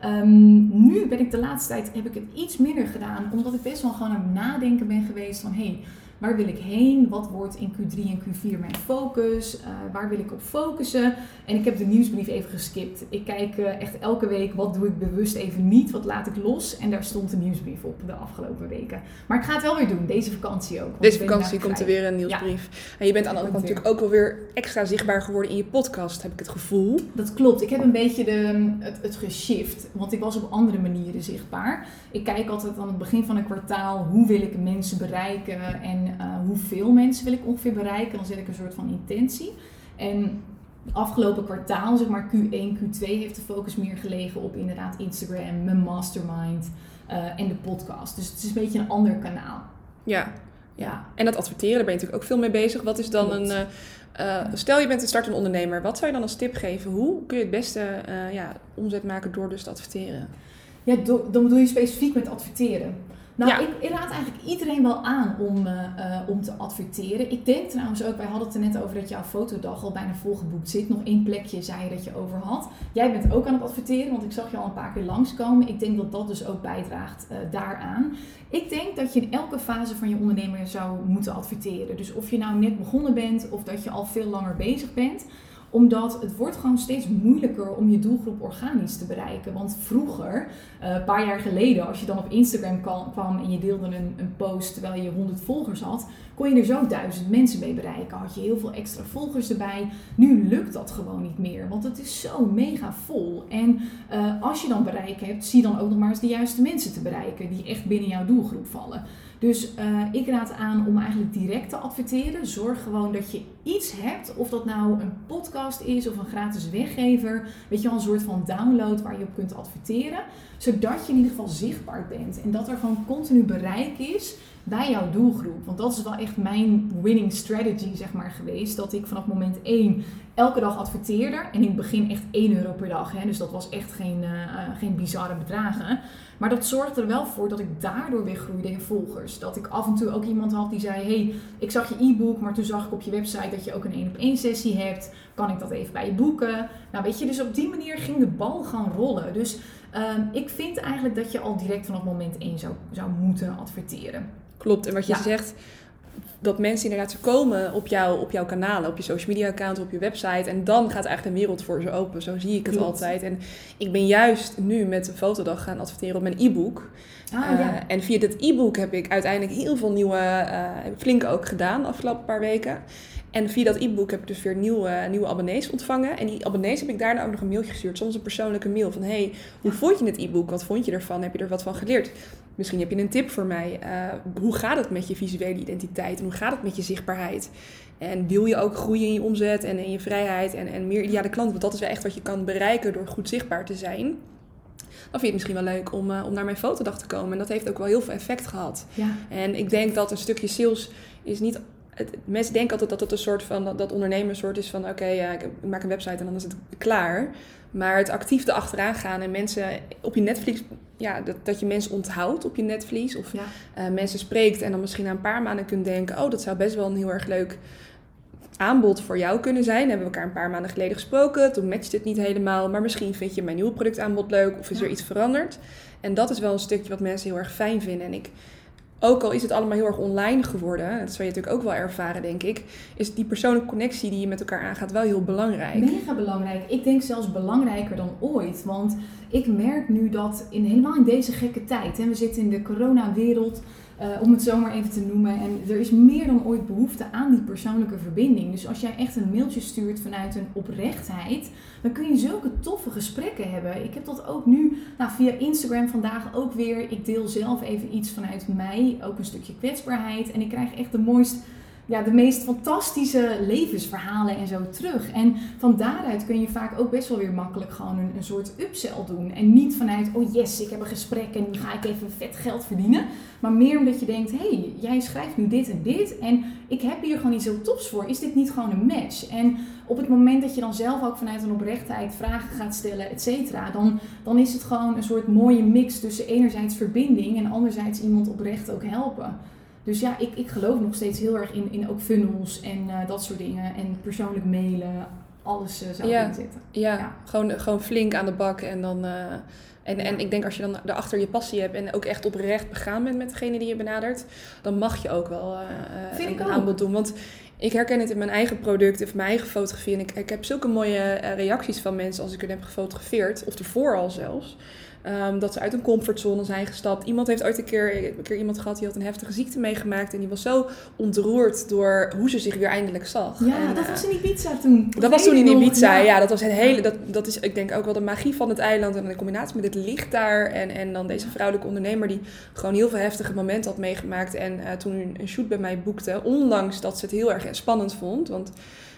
Um, nu ben ik de laatste tijd, heb ik het iets minder gedaan. Omdat ik best wel gewoon aan het nadenken ben geweest van, hé, hey, waar wil ik heen? Wat wordt in Q drie en Q vier mijn focus? Uh, waar wil ik op focussen? En ik heb de nieuwsbrief even geskipt. Ik kijk uh, echt elke week, wat doe ik bewust even niet? Wat laat ik los? En daar stond de nieuwsbrief op de afgelopen weken. Maar ik ga het wel weer doen, deze vakantie ook. Deze vakantie komt er weer een nieuwsbrief. Ja. En je bent aan de andere kant natuurlijk ook wel weer extra zichtbaar geworden in je podcast, heb ik het gevoel. Dat klopt. Ik heb een beetje de, het, het geshift. Want ik was op andere manieren zichtbaar. Ik kijk altijd aan het begin van een kwartaal, hoe wil ik mensen bereiken en Uh, hoeveel mensen wil ik ongeveer bereiken. Dan zet ik een soort van intentie. En afgelopen kwartaal, zeg maar Q één, Q twee, heeft de focus meer gelegen op inderdaad Instagram, mijn mastermind. uh, en de podcast. Dus het is een beetje een ander kanaal. Ja, ja. En dat adverteren, daar ben je natuurlijk ook veel mee bezig. Wat is dan Klopt. een... Uh, uh, stel je bent een startende ondernemer. Wat zou je dan als tip geven? Hoe kun je het beste uh, ja, omzet maken door dus te adverteren? Ja, do, dan bedoel je specifiek met adverteren. Nou, ja. ik, ik raad eigenlijk iedereen wel aan om, uh, uh, om te adverteren. Ik denk trouwens ook, wij hadden het er net over dat jouw fotodag al bijna volgeboekt zit. Nog één plekje zei je dat je over had. Jij bent ook aan het adverteren, want ik zag je al een paar keer langskomen. Ik denk dat dat dus ook bijdraagt uh, daaraan. Ik denk dat je in elke fase van je onderneming zou moeten adverteren. Dus of je nou net begonnen bent of dat je al veel langer bezig bent. Omdat het wordt gewoon steeds moeilijker om je doelgroep organisch te bereiken. Want vroeger, uh, een paar jaar geleden, als je dan op Instagram kwam en je deelde een, een post terwijl je honderd volgers had, kon je er zo duizend mensen mee bereiken. Had je heel veel extra volgers erbij. Nu lukt dat gewoon niet meer, want het is zo mega vol. En uh, als je dan bereik hebt, zie dan ook nog maar eens de juiste mensen te bereiken die echt binnen jouw doelgroep vallen. Dus uh, ik raad aan om eigenlijk direct te adverteren. Zorg gewoon dat je iets hebt. Of dat nou een podcast is of een gratis weggever. Weet je wel, een soort van download waar je op kunt adverteren. Zodat je in ieder geval zichtbaar bent. En dat er gewoon continu bereik is bij jouw doelgroep. Want dat is wel echt mijn winning strategy, zeg maar, geweest. Dat ik vanaf moment één elke dag adverteerde. En in het begin echt één euro per dag. Hè. Dus dat was echt geen, uh, geen bizarre bedragen. Maar dat zorgde er wel voor dat ik daardoor weer groeide in volgers. Dat ik af en toe ook iemand had die zei, hey, ik zag je e-book, maar toen zag ik op je website dat je ook een één op één sessie hebt. Kan ik dat even bij je boeken? Nou weet je, dus op die manier ging de bal gaan rollen. Dus um, ik vind eigenlijk dat je al direct vanaf moment één zou, zou moeten adverteren. Klopt, en wat je ja. zegt, dat mensen inderdaad komen op, jou, op jouw kanalen, op je social media account, op je website. En dan gaat eigenlijk een wereld voor ze open. Zo zie ik het Klopt. altijd. En ik ben juist nu met de fotodag gaan adverteren op mijn e-book. Ah, uh, ja. En via dit e-book heb ik uiteindelijk heel veel nieuwe, uh, flink ook gedaan de afgelopen paar weken. En via dat e-book heb ik dus weer nieuwe, nieuwe abonnees ontvangen. En die abonnees heb ik daarna ook nog een mailtje gestuurd. Soms een persoonlijke mail van, hey, hoe vond je het e-book? Wat vond je ervan? Heb je er wat van geleerd? Misschien heb je een tip voor mij. Uh, hoe gaat het met je visuele identiteit? En hoe gaat het met je zichtbaarheid? En wil je ook groeien in je omzet en in je vrijheid en, en meer ideale klanten? Want dat is wel echt wat je kan bereiken door goed zichtbaar te zijn. Dan vind je het misschien wel leuk om, uh, om naar mijn fotodag te komen. En dat heeft ook wel heel veel effect gehad. Ja. En ik denk dat een stukje sales is niet... Het, mensen denken altijd dat het een soort van... Dat, dat ondernemen een soort is van... Oké, okay, ja, ik maak een website en dan is het klaar. Maar het actief erachteraan gaan en mensen op je netvlies... Ja, dat, dat je mensen onthoudt op je netvlies. Of ja. uh, mensen spreekt en dan misschien na een paar maanden kunt denken... Oh, dat zou best wel een heel erg leuk aanbod voor jou kunnen zijn. Dan hebben we elkaar een paar maanden geleden gesproken. Toen matchte het niet helemaal. Maar misschien vind je mijn nieuwe productaanbod leuk. Of is ja. er iets veranderd. En dat is wel een stukje wat mensen heel erg fijn vinden. En ik... Ook al is het allemaal heel erg online geworden, dat zou je natuurlijk ook wel ervaren, denk ik, is die persoonlijke connectie die je met elkaar aangaat wel heel belangrijk. Mega belangrijk. Ik denk zelfs belangrijker dan ooit. Want ik merk nu dat in, helemaal in deze gekke tijd, hè, we zitten in de coronawereld, uh, om het zo maar even te noemen, en er is meer dan ooit behoefte aan die persoonlijke verbinding. Dus als jij echt een mailtje stuurt vanuit een oprechtheid, dan kun je zulke toffe gesprekken hebben. Ik heb dat ook nu nou, via Instagram vandaag ook weer. Ik deel zelf even iets vanuit mij, ook een stukje kwetsbaarheid. En ik krijg echt de mooiste, ja, de meest fantastische levensverhalen en zo terug. En van daaruit kun je vaak ook best wel weer makkelijk gewoon een, een soort upsell doen. En niet vanuit, oh yes, ik heb een gesprek en nu ga ik even vet geld verdienen. Maar meer omdat je denkt, hé, hey, jij schrijft nu dit en dit en ik heb hier gewoon iets heel tofs voor. Is dit niet gewoon een match? En op het moment dat je dan zelf ook vanuit een oprechtheid vragen gaat stellen, et cetera, dan, dan is het gewoon een soort mooie mix tussen enerzijds verbinding en anderzijds iemand oprecht ook helpen. Dus ja, ik, ik geloof nog steeds heel erg in, in ook funnels en uh, dat soort dingen. En persoonlijk mailen, alles uh, zou ja, erin zitten. Ja, ja. Gewoon, gewoon flink aan de bak. En, dan, uh, en, ja. en ik denk als je dan daarachter je passie hebt en ook echt oprecht begaan bent met degene die je benadert, dan mag je ook wel uh, een, een aanbod doen. Want ik herken het in mijn eigen product of mijn eigen fotografie. En ik, ik heb zulke mooie uh, reacties van mensen als ik er heb gefotografeerd. Of ervoor al zelfs. Um, dat ze uit een comfortzone zijn gestapt. Iemand heeft ooit een keer, een keer iemand gehad die had een heftige ziekte meegemaakt. En die was zo ontroerd door hoe ze zich weer eindelijk zag. Ja, en, dat uh, was in Ibiza toen. Dat, dat was toen in Ibiza, ja. ja dat was het hele, dat, dat is ik denk ook wel de magie van het eiland. En in combinatie met het licht daar. En, en dan deze vrouwelijke ondernemer die gewoon heel veel heftige momenten had meegemaakt. En uh, toen een shoot bij mij boekte. Ondanks dat ze het heel erg spannend vond. Want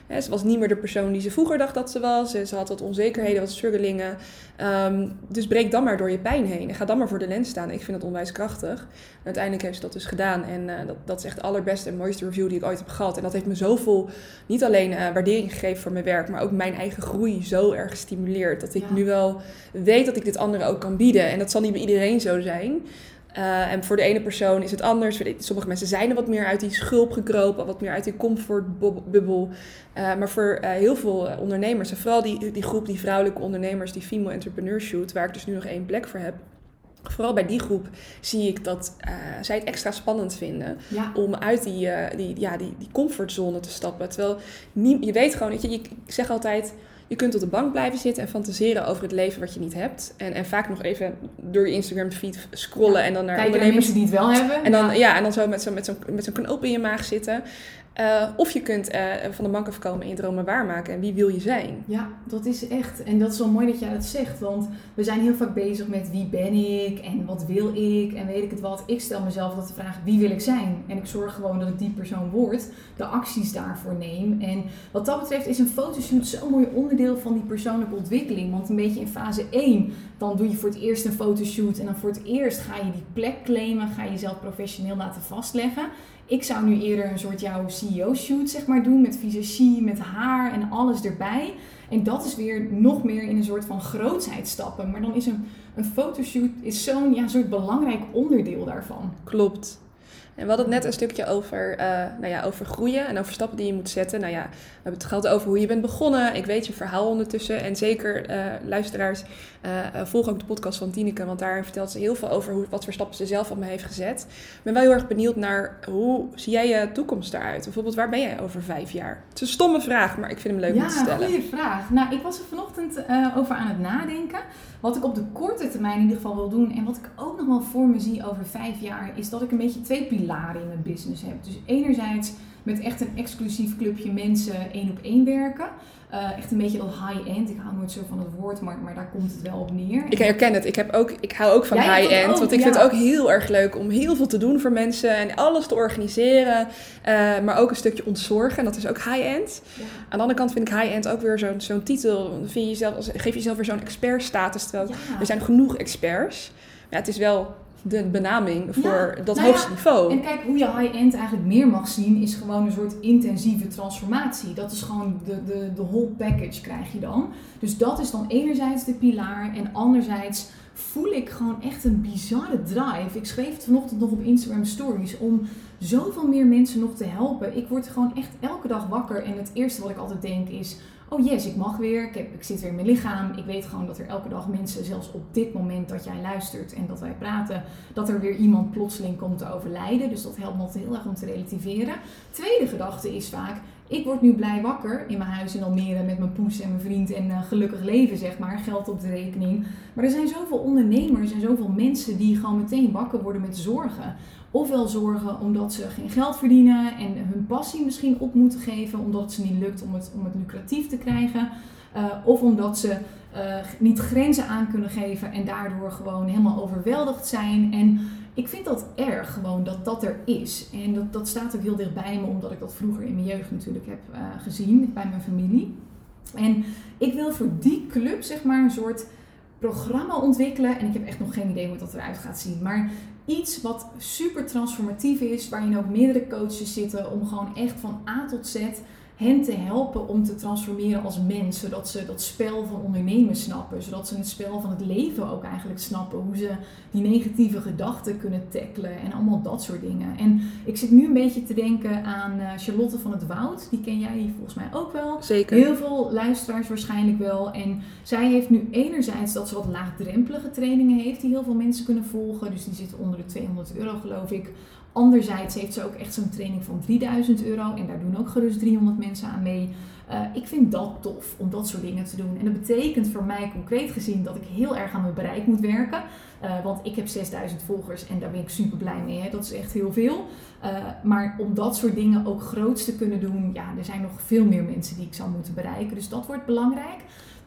Hè, ze was niet meer de persoon die ze vroeger dacht dat ze was. Ze had wat onzekerheden, wat struggelingen. Um, dus breek dan maar door je pijn heen. En ga dan maar voor de lens staan. Ik vind dat onwijs krachtig. En uiteindelijk heeft ze dat dus gedaan. En uh, dat, dat is echt de allerbeste en mooiste review die ik ooit heb gehad. En dat heeft me zoveel, niet alleen uh, waardering gegeven voor mijn werk, maar ook mijn eigen groei zo erg gestimuleerd. Dat ik ja. nu wel weet dat ik dit anderen ook kan bieden. En dat zal niet bij iedereen zo zijn. Uh, en voor de ene persoon is het anders. Sommige mensen zijn er wat meer uit die schulp gekropen, wat meer uit die comfortbubbel. Uh, maar voor uh, heel veel uh, ondernemers, en vooral die, die groep, die vrouwelijke ondernemers, die female entrepreneurs shoot, waar ik dus nu nog één plek voor heb. Vooral bij die groep zie ik dat uh, zij het extra spannend vinden ja. om uit die, uh, die, ja, die, die comfortzone te stappen. Terwijl nie, je weet gewoon, weet je, ik zeg altijd, je kunt op de bank blijven zitten en fantaseren over het leven wat je niet hebt. En, en vaak nog even door je Instagram feed scrollen ja, en dan naar Kijk ondernemers naar mensen die het wel hebben. En dan, ja. Ja, en dan zo met zo'n met zo'n met zo'n knoop in je maag zitten. Uh, of je kunt uh, van de bank afkomen en je dromen waarmaken. En wie wil je zijn? Ja, dat is echt. En dat is wel mooi dat jij dat zegt. Want we zijn heel vaak bezig met wie ben ik en wat wil ik en weet ik het wat. Ik stel mezelf dat de vraag, wie wil ik zijn? En ik zorg gewoon dat ik die persoon word. De acties daarvoor neem. En wat dat betreft is een fotoshoot zo'n mooi onderdeel van die persoonlijke ontwikkeling. Want een beetje in fase één, dan doe je voor het eerst een fotoshoot. En dan voor het eerst ga je die plek claimen. Ga je jezelf professioneel laten vastleggen. Ik zou nu eerder een soort jouw C E O-shoot zeg maar doen met visagie, met haar en alles erbij. En dat is weer nog meer in een soort van grootsheid stappen. Maar dan is een, een fotoshoot is zo'n ja, soort belangrijk onderdeel daarvan. Klopt. En we hadden het net een stukje over, uh, nou ja, over groeien en over stappen die je moet zetten. Nou ja, we hebben het gehad over hoe je bent begonnen. Ik weet je verhaal ondertussen. En zeker, uh, luisteraars, uh, volg ook de podcast van Tineke. Want daar vertelt ze heel veel over hoe, wat voor stappen ze zelf op me heeft gezet. Ik ben wel heel erg benieuwd naar, hoe zie jij je toekomst eruit? Bijvoorbeeld, waar ben jij over vijf jaar? Het is een stomme vraag, maar ik vind hem leuk ja, om te stellen. Ja, goede vraag. Nou, ik was er vanochtend uh, over aan het nadenken. Wat ik op de korte termijn in ieder geval wil doen en wat ik ook nog wel voor me zie over vijf jaar, is dat ik een beetje twee pilaren in mijn business heb. Dus enerzijds met echt een exclusief clubje mensen één op één werken. Uh, echt een beetje dat high-end. Ik hou nooit zo van het woord, maar, maar daar komt het wel op neer. Ik herken het. Ik, heb ook, ik hou ook van high-end. Want ik ja. vind het ook heel erg leuk om heel veel te doen voor mensen. En alles te organiseren. Uh, maar ook een stukje ontzorgen. En dat is ook high-end. Ja. Aan de andere kant vind ik high-end ook weer zo'n, zo'n titel. Dan vind je jezelf, geef je jezelf weer zo'n expertstatus. Terwijl ja. er zijn genoeg experts. Ja, het is wel de benaming voor ja, dat nou hoogste ja, niveau. En kijk, hoe je high-end eigenlijk meer mag zien, is gewoon een soort intensieve transformatie. Dat is gewoon de, de, de whole package krijg je dan. Dus dat is dan enerzijds de pilaar en anderzijds voel ik gewoon echt een bizarre drive. Ik schreef het vanochtend nog op Instagram Stories om zoveel meer mensen nog te helpen. Ik word gewoon echt elke dag wakker en het eerste wat ik altijd denk is, oh yes, ik mag weer, ik, heb, ik zit weer in mijn lichaam. Ik weet gewoon dat er elke dag mensen, zelfs op dit moment dat jij luistert en dat wij praten, dat er weer iemand plotseling komt te overlijden. Dus dat helpt me altijd heel erg om te relativeren. Tweede gedachte is vaak, ik word nu blij wakker in mijn huis in Almere met mijn poes en mijn vriend en uh, gelukkig leven, zeg maar. Geld op de rekening. Maar er zijn zoveel ondernemers en zoveel mensen die gewoon meteen wakker worden met zorgen. Ofwel zorgen omdat ze geen geld verdienen en hun passie misschien op moeten geven omdat het ze niet lukt om het, om het lucratief te krijgen. Uh, of omdat ze uh, niet grenzen aan kunnen geven en daardoor gewoon helemaal overweldigd zijn. En ik vind dat erg gewoon dat dat er is. En dat, dat staat ook heel dicht bij me omdat ik dat vroeger in mijn jeugd natuurlijk heb uh, gezien bij mijn familie. En ik wil voor die club zeg maar een soort programma ontwikkelen. En ik heb echt nog geen idee hoe dat eruit gaat zien. Maar iets wat super transformatief is, waarin ook meerdere coaches zitten om gewoon echt van A tot Z hen te helpen om te transformeren als mens. Zodat ze dat spel van ondernemen snappen. Zodat ze het spel van het leven ook eigenlijk snappen. Hoe ze die negatieve gedachten kunnen tackelen en allemaal dat soort dingen. En ik zit nu een beetje te denken aan Charlotte van het Woud. Die ken jij volgens mij ook wel. Zeker. Heel veel luisteraars waarschijnlijk wel. En zij heeft nu enerzijds dat ze wat laagdrempelige trainingen heeft die heel veel mensen kunnen volgen. Dus die zitten onder de tweehonderd euro geloof ik. Anderzijds heeft ze ook echt zo'n training van drieduizend euro. En daar doen ook gerust driehonderd mensen aan mee. Uh, ik vind dat tof om dat soort dingen te doen. En dat betekent voor mij concreet gezien dat ik heel erg aan mijn bereik moet werken. Uh, want ik heb zesduizend volgers en daar ben ik super blij mee. Hè? Dat is echt heel veel. Uh, maar om dat soort dingen ook groots te kunnen doen. Ja, er zijn nog veel meer mensen die ik zou moeten bereiken. Dus dat wordt belangrijk.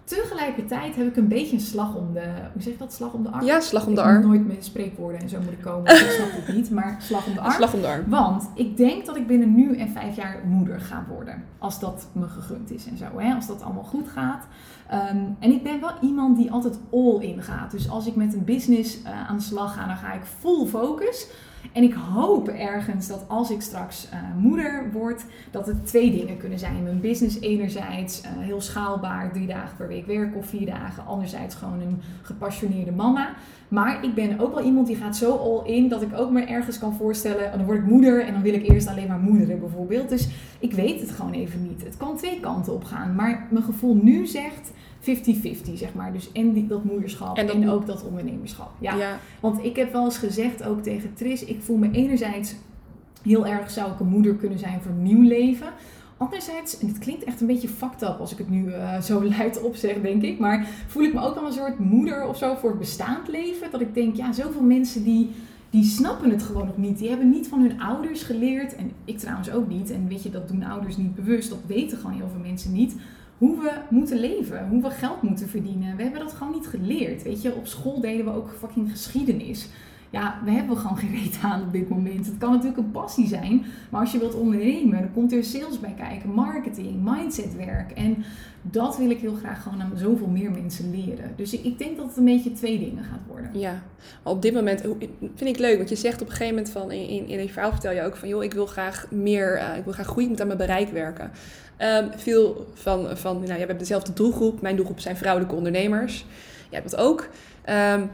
tegelijkertijd heb ik een beetje een slag om de... Hoe zeg je dat? Slag om de arm? Ja, slag om de ik arm. moet nooit met spreekwoorden en zo moeten komen. Ik snap het niet, maar slag om de arm. Slag om de arm. Want ik denk dat ik binnen nu en vijf jaar moeder ga worden. Als dat me gegund is en zo. Hè? Als dat allemaal goed gaat. Um, en ik ben wel iemand die altijd all in gaat. Dus als ik met een business uh, aan de slag ga, dan ga ik full focus. En ik hoop ergens dat als ik straks uh, moeder word, dat het twee dingen kunnen zijn. Mijn business enerzijds, uh, heel schaalbaar, drie dagen per week werken of vier dagen. Anderzijds gewoon een gepassioneerde mama. Maar ik ben ook wel iemand die gaat zo all in dat ik ook me ergens kan voorstellen. Dan word ik moeder en dan wil ik eerst alleen maar moederen bijvoorbeeld. Dus ik weet het gewoon even niet. Het kan twee kanten op gaan. Maar mijn gevoel nu zegt vijftig vijftig, zeg maar. Dus en die, dat moederschap en, dat en ook dat ondernemerschap. Ja. ja. Want ik heb wel eens gezegd ook tegen Tris, ik voel me enerzijds heel erg, zou ik een moeder kunnen zijn voor een nieuw leven. Anderzijds, en het klinkt echt een beetje fucked up als ik het nu uh, zo luid opzeg, denk ik. Maar voel ik me ook al een soort moeder of zo voor het bestaand leven. Dat ik denk, ja, zoveel mensen die, die snappen het gewoon nog niet. Die hebben niet van hun ouders geleerd. En ik trouwens ook niet. En weet je, dat doen ouders niet bewust. Dat weten gewoon heel veel mensen niet. Hoe we moeten leven, hoe we geld moeten verdienen. We hebben dat gewoon niet geleerd, weet je. Op school deden we ook fucking geschiedenis. Ja, we hebben gewoon geen reet aan op dit moment. Het kan natuurlijk een passie zijn, maar als je wilt ondernemen, dan komt er sales bij kijken, marketing, mindsetwerk. En dat wil ik heel graag gewoon aan zoveel meer mensen leren. Dus ik, ik denk dat het een beetje twee dingen gaat worden. Ja, op dit moment vind ik leuk, want je zegt op een gegeven moment van, in, in, in je verhaal vertel je ook van, joh, ik wil graag meer, uh, ik wil graag groeien, ik moet aan mijn bereik werken. Um, veel van, van nou, jij hebt dezelfde doelgroep. Mijn doelgroep zijn vrouwelijke ondernemers. Jij hebt dat ook. Um,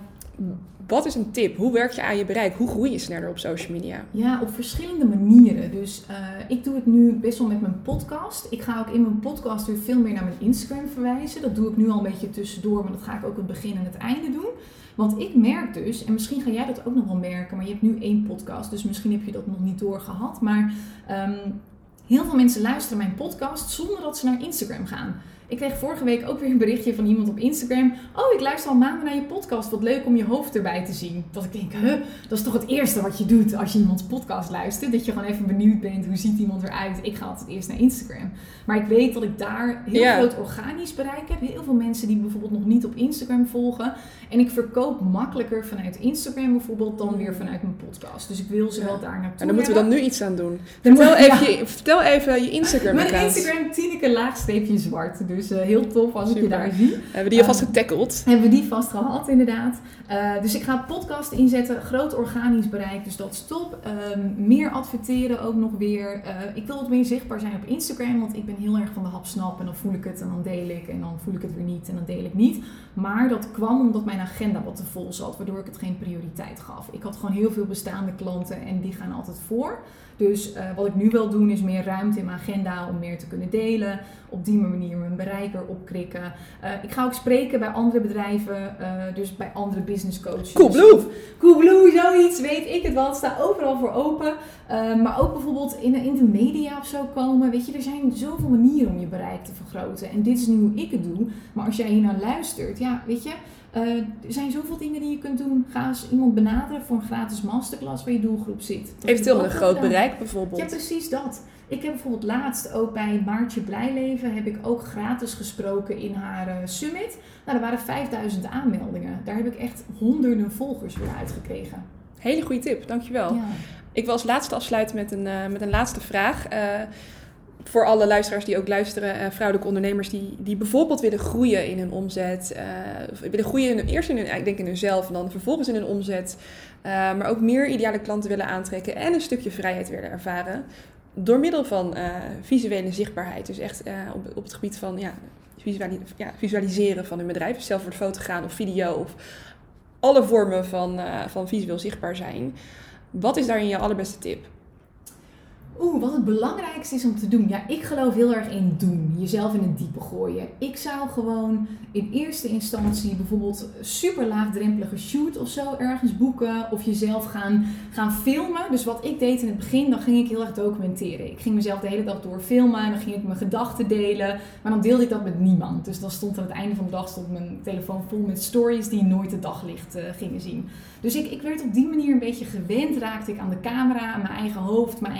wat is een tip? Hoe werk je aan je bereik? Hoe groei je sneller op social media? Ja, op verschillende manieren. Dus uh, ik doe het nu best wel met mijn podcast. Ik ga ook in mijn podcast weer veel meer naar mijn Instagram verwijzen. Dat doe ik nu al een beetje tussendoor, maar dat ga ik ook het begin en het einde doen. Want ik merk dus, en misschien ga jij dat ook nog wel merken, maar je hebt nu één podcast, dus misschien heb je dat nog niet doorgehad. Maar um, heel veel mensen luisteren mijn podcast zonder dat ze naar Instagram gaan. Ik kreeg vorige week ook weer een berichtje van iemand op Instagram. Oh, ik luister al maanden naar je podcast. Wat leuk om je hoofd erbij te zien. Dat ik denk, huh, dat is toch het eerste wat je doet als je iemands podcast luistert. Dat je gewoon even benieuwd bent, hoe ziet iemand eruit. Ik ga altijd eerst naar Instagram. Maar ik weet dat ik daar heel ja. groot organisch bereik heb. Heel veel mensen die bijvoorbeeld nog niet op Instagram volgen. En ik verkoop makkelijker vanuit Instagram bijvoorbeeld dan weer vanuit mijn podcast. Dus ik wil ze ja. wel daar naartoe. En dan moeten we dan nu iets aan doen. Vertel, moet, even, ja. je, vertel even je Instagram account. Mijn Instagram, Tineke laagstreepje zwart. Dus uh, heel tof als Super. Ik je daar zie. Hebben we die alvast um, getackeld? Hebben we die vast gehad, inderdaad. Uh, dus ik ga podcast inzetten. Groot organisch bereik, dus dat is top. Um, meer adverteren ook nog weer. Uh, ik wil wat meer zichtbaar zijn op Instagram, want ik ben heel erg van de hap-snap. En dan voel ik het en dan deel ik. En dan voel ik het weer niet en dan deel ik niet. Maar dat kwam omdat mijn agenda wat te vol zat, waardoor ik het geen prioriteit gaf. Ik had gewoon heel veel bestaande klanten en die gaan altijd voor. Dus uh, wat ik nu wil doen is meer ruimte in mijn agenda om meer te kunnen delen. Op die manier mijn bereik erop krikken. Uh, ik ga ook spreken bij andere bedrijven. Uh, dus bij andere business coaches. Coolblue. Coolblue, zoiets. Weet ik het wel. Het staat overal voor open. Uh, maar ook bijvoorbeeld in de, in de media of zo komen. Weet je, er zijn zoveel manieren om je bereik te vergroten. En dit is nu hoe ik het doe. Maar als jij hier naar luistert, ja, weet je. Uh, er zijn zoveel dingen die je kunt doen. Ga eens iemand benaderen voor een gratis masterclass waar je doelgroep zit. Dat eventueel met een groot gedaan. Bereik bijvoorbeeld. Ja, precies dat. Ik heb bijvoorbeeld laatst ook bij Maartje Blijleven heb ik ook gratis gesproken in haar uh, summit. Nou, er waren vijfduizend aanmeldingen. Daar heb ik echt honderden volgers weer uitgekregen. Hele goede tip, dankjewel. Ja. Ik wil als laatste afsluiten met een, uh, met een laatste vraag. Uh, Voor alle luisteraars die ook luisteren, uh, vrouwelijke ondernemers die, die bijvoorbeeld willen groeien in hun omzet. Uh, willen groeien in, eerst in hun, ik denk in hunzelf en dan vervolgens in hun omzet. Uh, maar ook meer ideale klanten willen aantrekken en een stukje vrijheid willen ervaren. Door middel van uh, visuele zichtbaarheid. Dus echt uh, op, op het gebied van ja, visuali- ja, visualiseren van hun bedrijf. Zelf voor de foto gaan of video of alle vormen van, uh, van visueel zichtbaar zijn. Wat is daarin jouw allerbeste tip? Oeh, wat het belangrijkste is om te doen. Ja, ik geloof heel erg in doen. Jezelf in het diepe gooien. Ik zou gewoon in eerste instantie bijvoorbeeld super laagdrempelige shoot of zo ergens boeken. Of jezelf gaan, gaan filmen. Dus wat ik deed in het begin, dan ging ik heel erg documenteren. Ik ging mezelf de hele dag door filmen. Dan ging ik mijn gedachten delen. Maar dan deelde ik dat met niemand. Dus dan stond aan het einde van de dag stond mijn telefoon vol met stories die nooit het daglicht uh, gingen zien. Dus ik, ik werd op die manier een beetje gewend. Raakte ik aan de camera, aan mijn eigen hoofd, mijn eigen stem.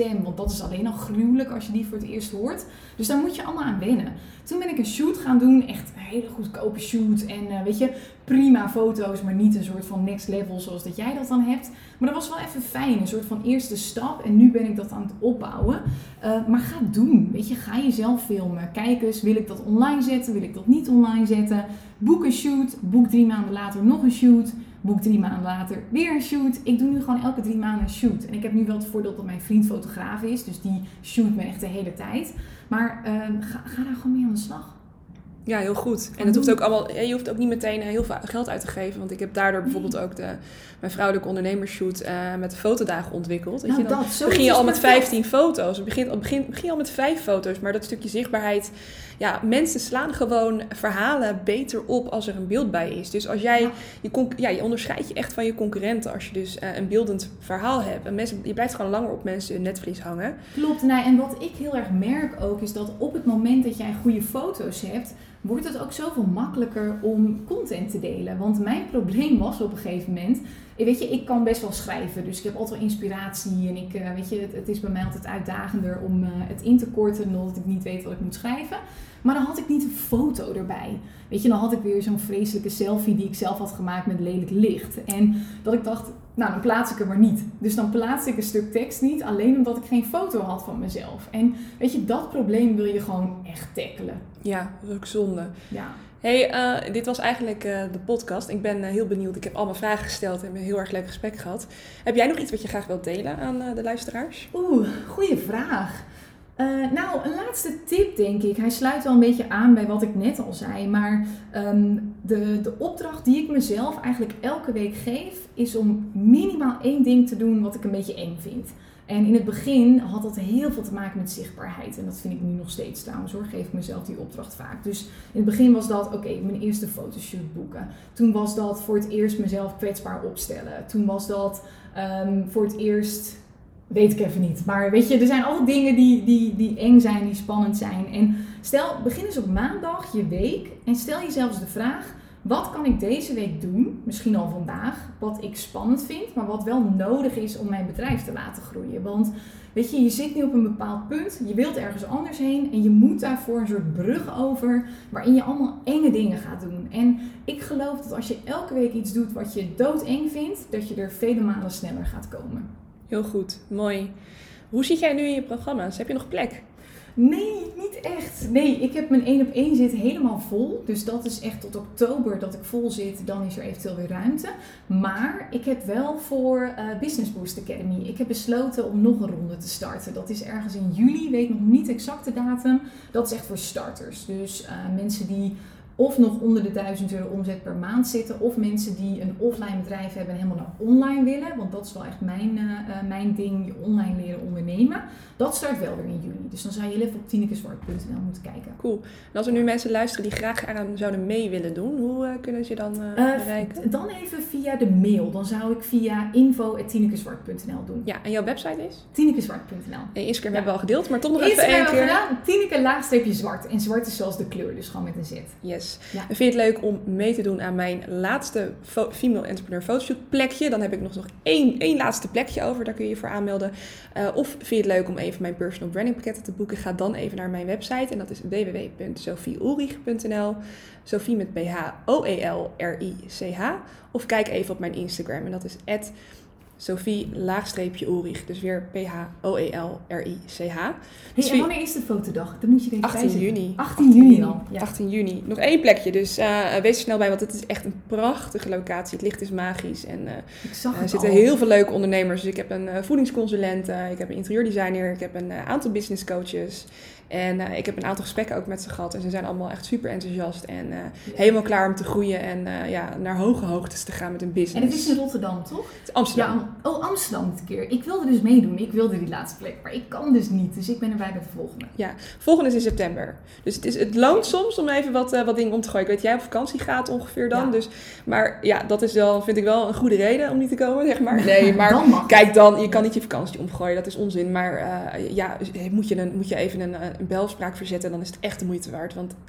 stem, want dat is alleen al gruwelijk als je die voor het eerst hoort. Dus daar moet je allemaal aan wennen. Toen ben ik een shoot gaan doen, echt een hele goedkope shoot en uh, weet je, prima foto's, maar niet een soort van next level zoals dat jij dat dan hebt. Maar dat was wel even fijn, een soort van eerste stap en nu ben ik dat aan het opbouwen. Uh, maar ga doen, weet je, ga jezelf filmen. Kijk eens, wil ik dat online zetten, wil ik dat niet online zetten? Boek een shoot, boek drie maanden later nog een shoot. Boek drie maanden later weer een shoot. Ik doe nu gewoon elke drie maanden een shoot. En ik heb nu wel het voordeel dat mijn vriend fotograaf is. Dus die shoot me echt de hele tijd. Maar uh, ga, ga daar gewoon mee aan de slag. Ja, heel goed. En het hoeft ook allemaal, je hoeft ook niet meteen heel veel geld uit te geven. Want ik heb daardoor bijvoorbeeld nee. ook de, mijn vrouwelijke ondernemersshoot uh, met de fotodagen ontwikkeld. Weet nou, je, dan dat, begin je al met vijftien foto's. Begin, begin, begin je al met vijf foto's. Maar dat stukje zichtbaarheid, ja, mensen slaan gewoon verhalen beter op als er een beeld bij is. Dus als jij, ja. je, con- ja, je onderscheidt je echt van je concurrenten als je dus uh, een beeldend verhaal hebt. En mensen, je blijft gewoon langer op mensen hun netvlies hangen. Klopt. Nou, en wat ik heel erg merk ook is dat op het moment dat jij goede foto's hebt, wordt het ook zoveel makkelijker om content te delen. Want mijn probleem was op een gegeven moment, weet je, ik kan best wel schrijven, dus ik heb altijd wel inspiratie en ik, weet je, het, het is bij mij altijd uitdagender om uh, het in te korten, omdat ik niet weet wat ik moet schrijven. Maar dan had ik niet een foto erbij. Weet je, dan had ik weer zo'n vreselijke selfie die ik zelf had gemaakt met lelijk licht. En dat ik dacht, nou, dan plaats ik hem maar niet. Dus dan plaats ik een stuk tekst niet, alleen omdat ik geen foto had van mezelf. En weet je, dat probleem wil je gewoon echt tackelen. Ja, dat is ook zonde. Ja. Hey, uh, dit was eigenlijk uh, de podcast. Ik ben uh, heel benieuwd. Ik heb allemaal vragen gesteld en een heel erg leuk gesprek gehad. Heb jij nog iets wat je graag wilt delen aan uh, de luisteraars? Oeh, goede vraag. Uh, nou, een laatste tip denk ik. Hij sluit wel een beetje aan bij wat ik net al zei. Maar um, de, de opdracht die ik mezelf eigenlijk elke week geef, is om minimaal één ding te doen wat ik een beetje eng vind. En in het begin had dat heel veel te maken met zichtbaarheid. En dat vind ik nu nog steeds trouwens hoor. Geef ik mezelf die opdracht vaak. Dus in het begin was dat, oké, okay, mijn eerste fotoshoot boeken. Toen was dat voor het eerst mezelf kwetsbaar opstellen. Toen was dat um, voor het eerst, weet ik even niet. Maar weet je, er zijn altijd dingen die, die, die eng zijn, die spannend zijn. En stel, begin eens op maandag je week. En stel jezelf eens de vraag, wat kan ik deze week doen, misschien al vandaag, wat ik spannend vind, maar wat wel nodig is om mijn bedrijf te laten groeien. Want weet je, je zit nu op een bepaald punt, je wilt ergens anders heen en je moet daarvoor een soort brug over waarin je allemaal enge dingen gaat doen. En ik geloof dat als je elke week iets doet wat je doodeng vindt, dat je er vele malen sneller gaat komen. Heel goed, mooi. Hoe zit jij nu in je programma's? Heb je nog plek? Nee, niet echt. Nee, ik heb mijn één op één zit helemaal vol. Dus dat is echt tot oktober dat ik vol zit. Dan is er eventueel weer ruimte. Maar ik heb wel voor uh, Business Boost Academy. Ik heb besloten om nog een ronde te starten. Dat is ergens in juli. Weet nog niet exact de datum. Dat is echt voor starters. Dus uh, mensen die of nog onder de duizend euro omzet per maand zitten. Of mensen die een offline bedrijf hebben en helemaal naar online willen. Want dat is wel echt mijn, uh, mijn ding, online leren ondernemen. Dat start wel weer in juli. Dus dan zou je heel even op tinekeswart punt n l moeten kijken. Cool. En als er nu mensen luisteren die graag eraan zouden mee willen doen, hoe uh, kunnen ze je dan uh, uh, bereiken? Dan even via de mail. Dan zou ik via info at tinekeswart punt n l doen. Ja, en jouw website is? tinekeswart punt n l. En Instagram ja. hebben we al gedeeld, maar toch nog Instagram even één keer. Gedaan, Tineke laagstreepje zwart. En zwart is zoals de kleur, dus gewoon met een Z. Yes. Ja. En vind je het leuk om mee te doen aan mijn laatste fo- Female Entrepreneur Photoshoot plekje? Dan heb ik nog, nog één, één laatste plekje over, daar kun je je voor aanmelden. Uh, of vind je het leuk om even mijn personal branding pakketten te boeken? Ga dan even naar mijn website en dat is w w w punt sophie ulrich punt n l. Sophie met P H O E L R I C H. Of kijk even op mijn Instagram en dat is at Sophie laagstreepje Ulrich. Dus weer P H O E L R I C H. Hey, en wanneer is de fotodag? Dan moet je denken achttien juni. achttien juni al. Ja. achttien juni. Nog één plekje, dus uh, wees er snel bij, want het is echt een prachtige locatie. Het licht is magisch en uh, ik zag het er zitten al. heel veel leuke ondernemers. Dus ik heb een uh, voedingsconsulent, uh, ik heb een interieurdesigner, ik heb een uh, aantal business coaches. En uh, ik heb een aantal gesprekken ook met ze gehad. En ze zijn allemaal echt super enthousiast. En uh, ja. helemaal klaar om te groeien. En uh, ja, naar hoge hoogtes te gaan met hun business. En het is in Rotterdam, toch? Het is Amsterdam. Ja, oh, Amsterdam dit keer. Ik wilde dus meedoen. Ik wilde die laatste plek. Maar ik kan dus niet. Dus ik ben erbij bij de volgende. Ja, volgende is in september. Dus het, is, het loont soms om even wat, uh, wat dingen om te gooien. Ik weet, jij op vakantie gaat ongeveer dan. Ja. Dus, maar ja, dat is wel, vind ik wel een goede reden om niet te komen, zeg maar. Nee, maar dan kijk dan. Je kan niet je vakantie omgooien. Dat is onzin. Maar uh, ja, moet je, een, moet je even een... een belafspraak verzetten, dan is het echt de moeite waard. Want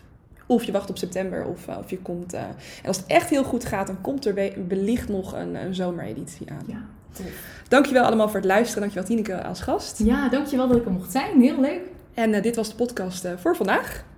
Of je wacht op september of, uh, of je komt... Uh, en als het echt heel goed gaat, dan komt er we- wellicht nog een, een zomereditie aan. Ja, tof. Dankjewel allemaal voor het luisteren. Dankjewel Tineke als gast. Ja, dankjewel dat ik er mocht zijn. Heel leuk. En uh, dit was de podcast uh, voor vandaag.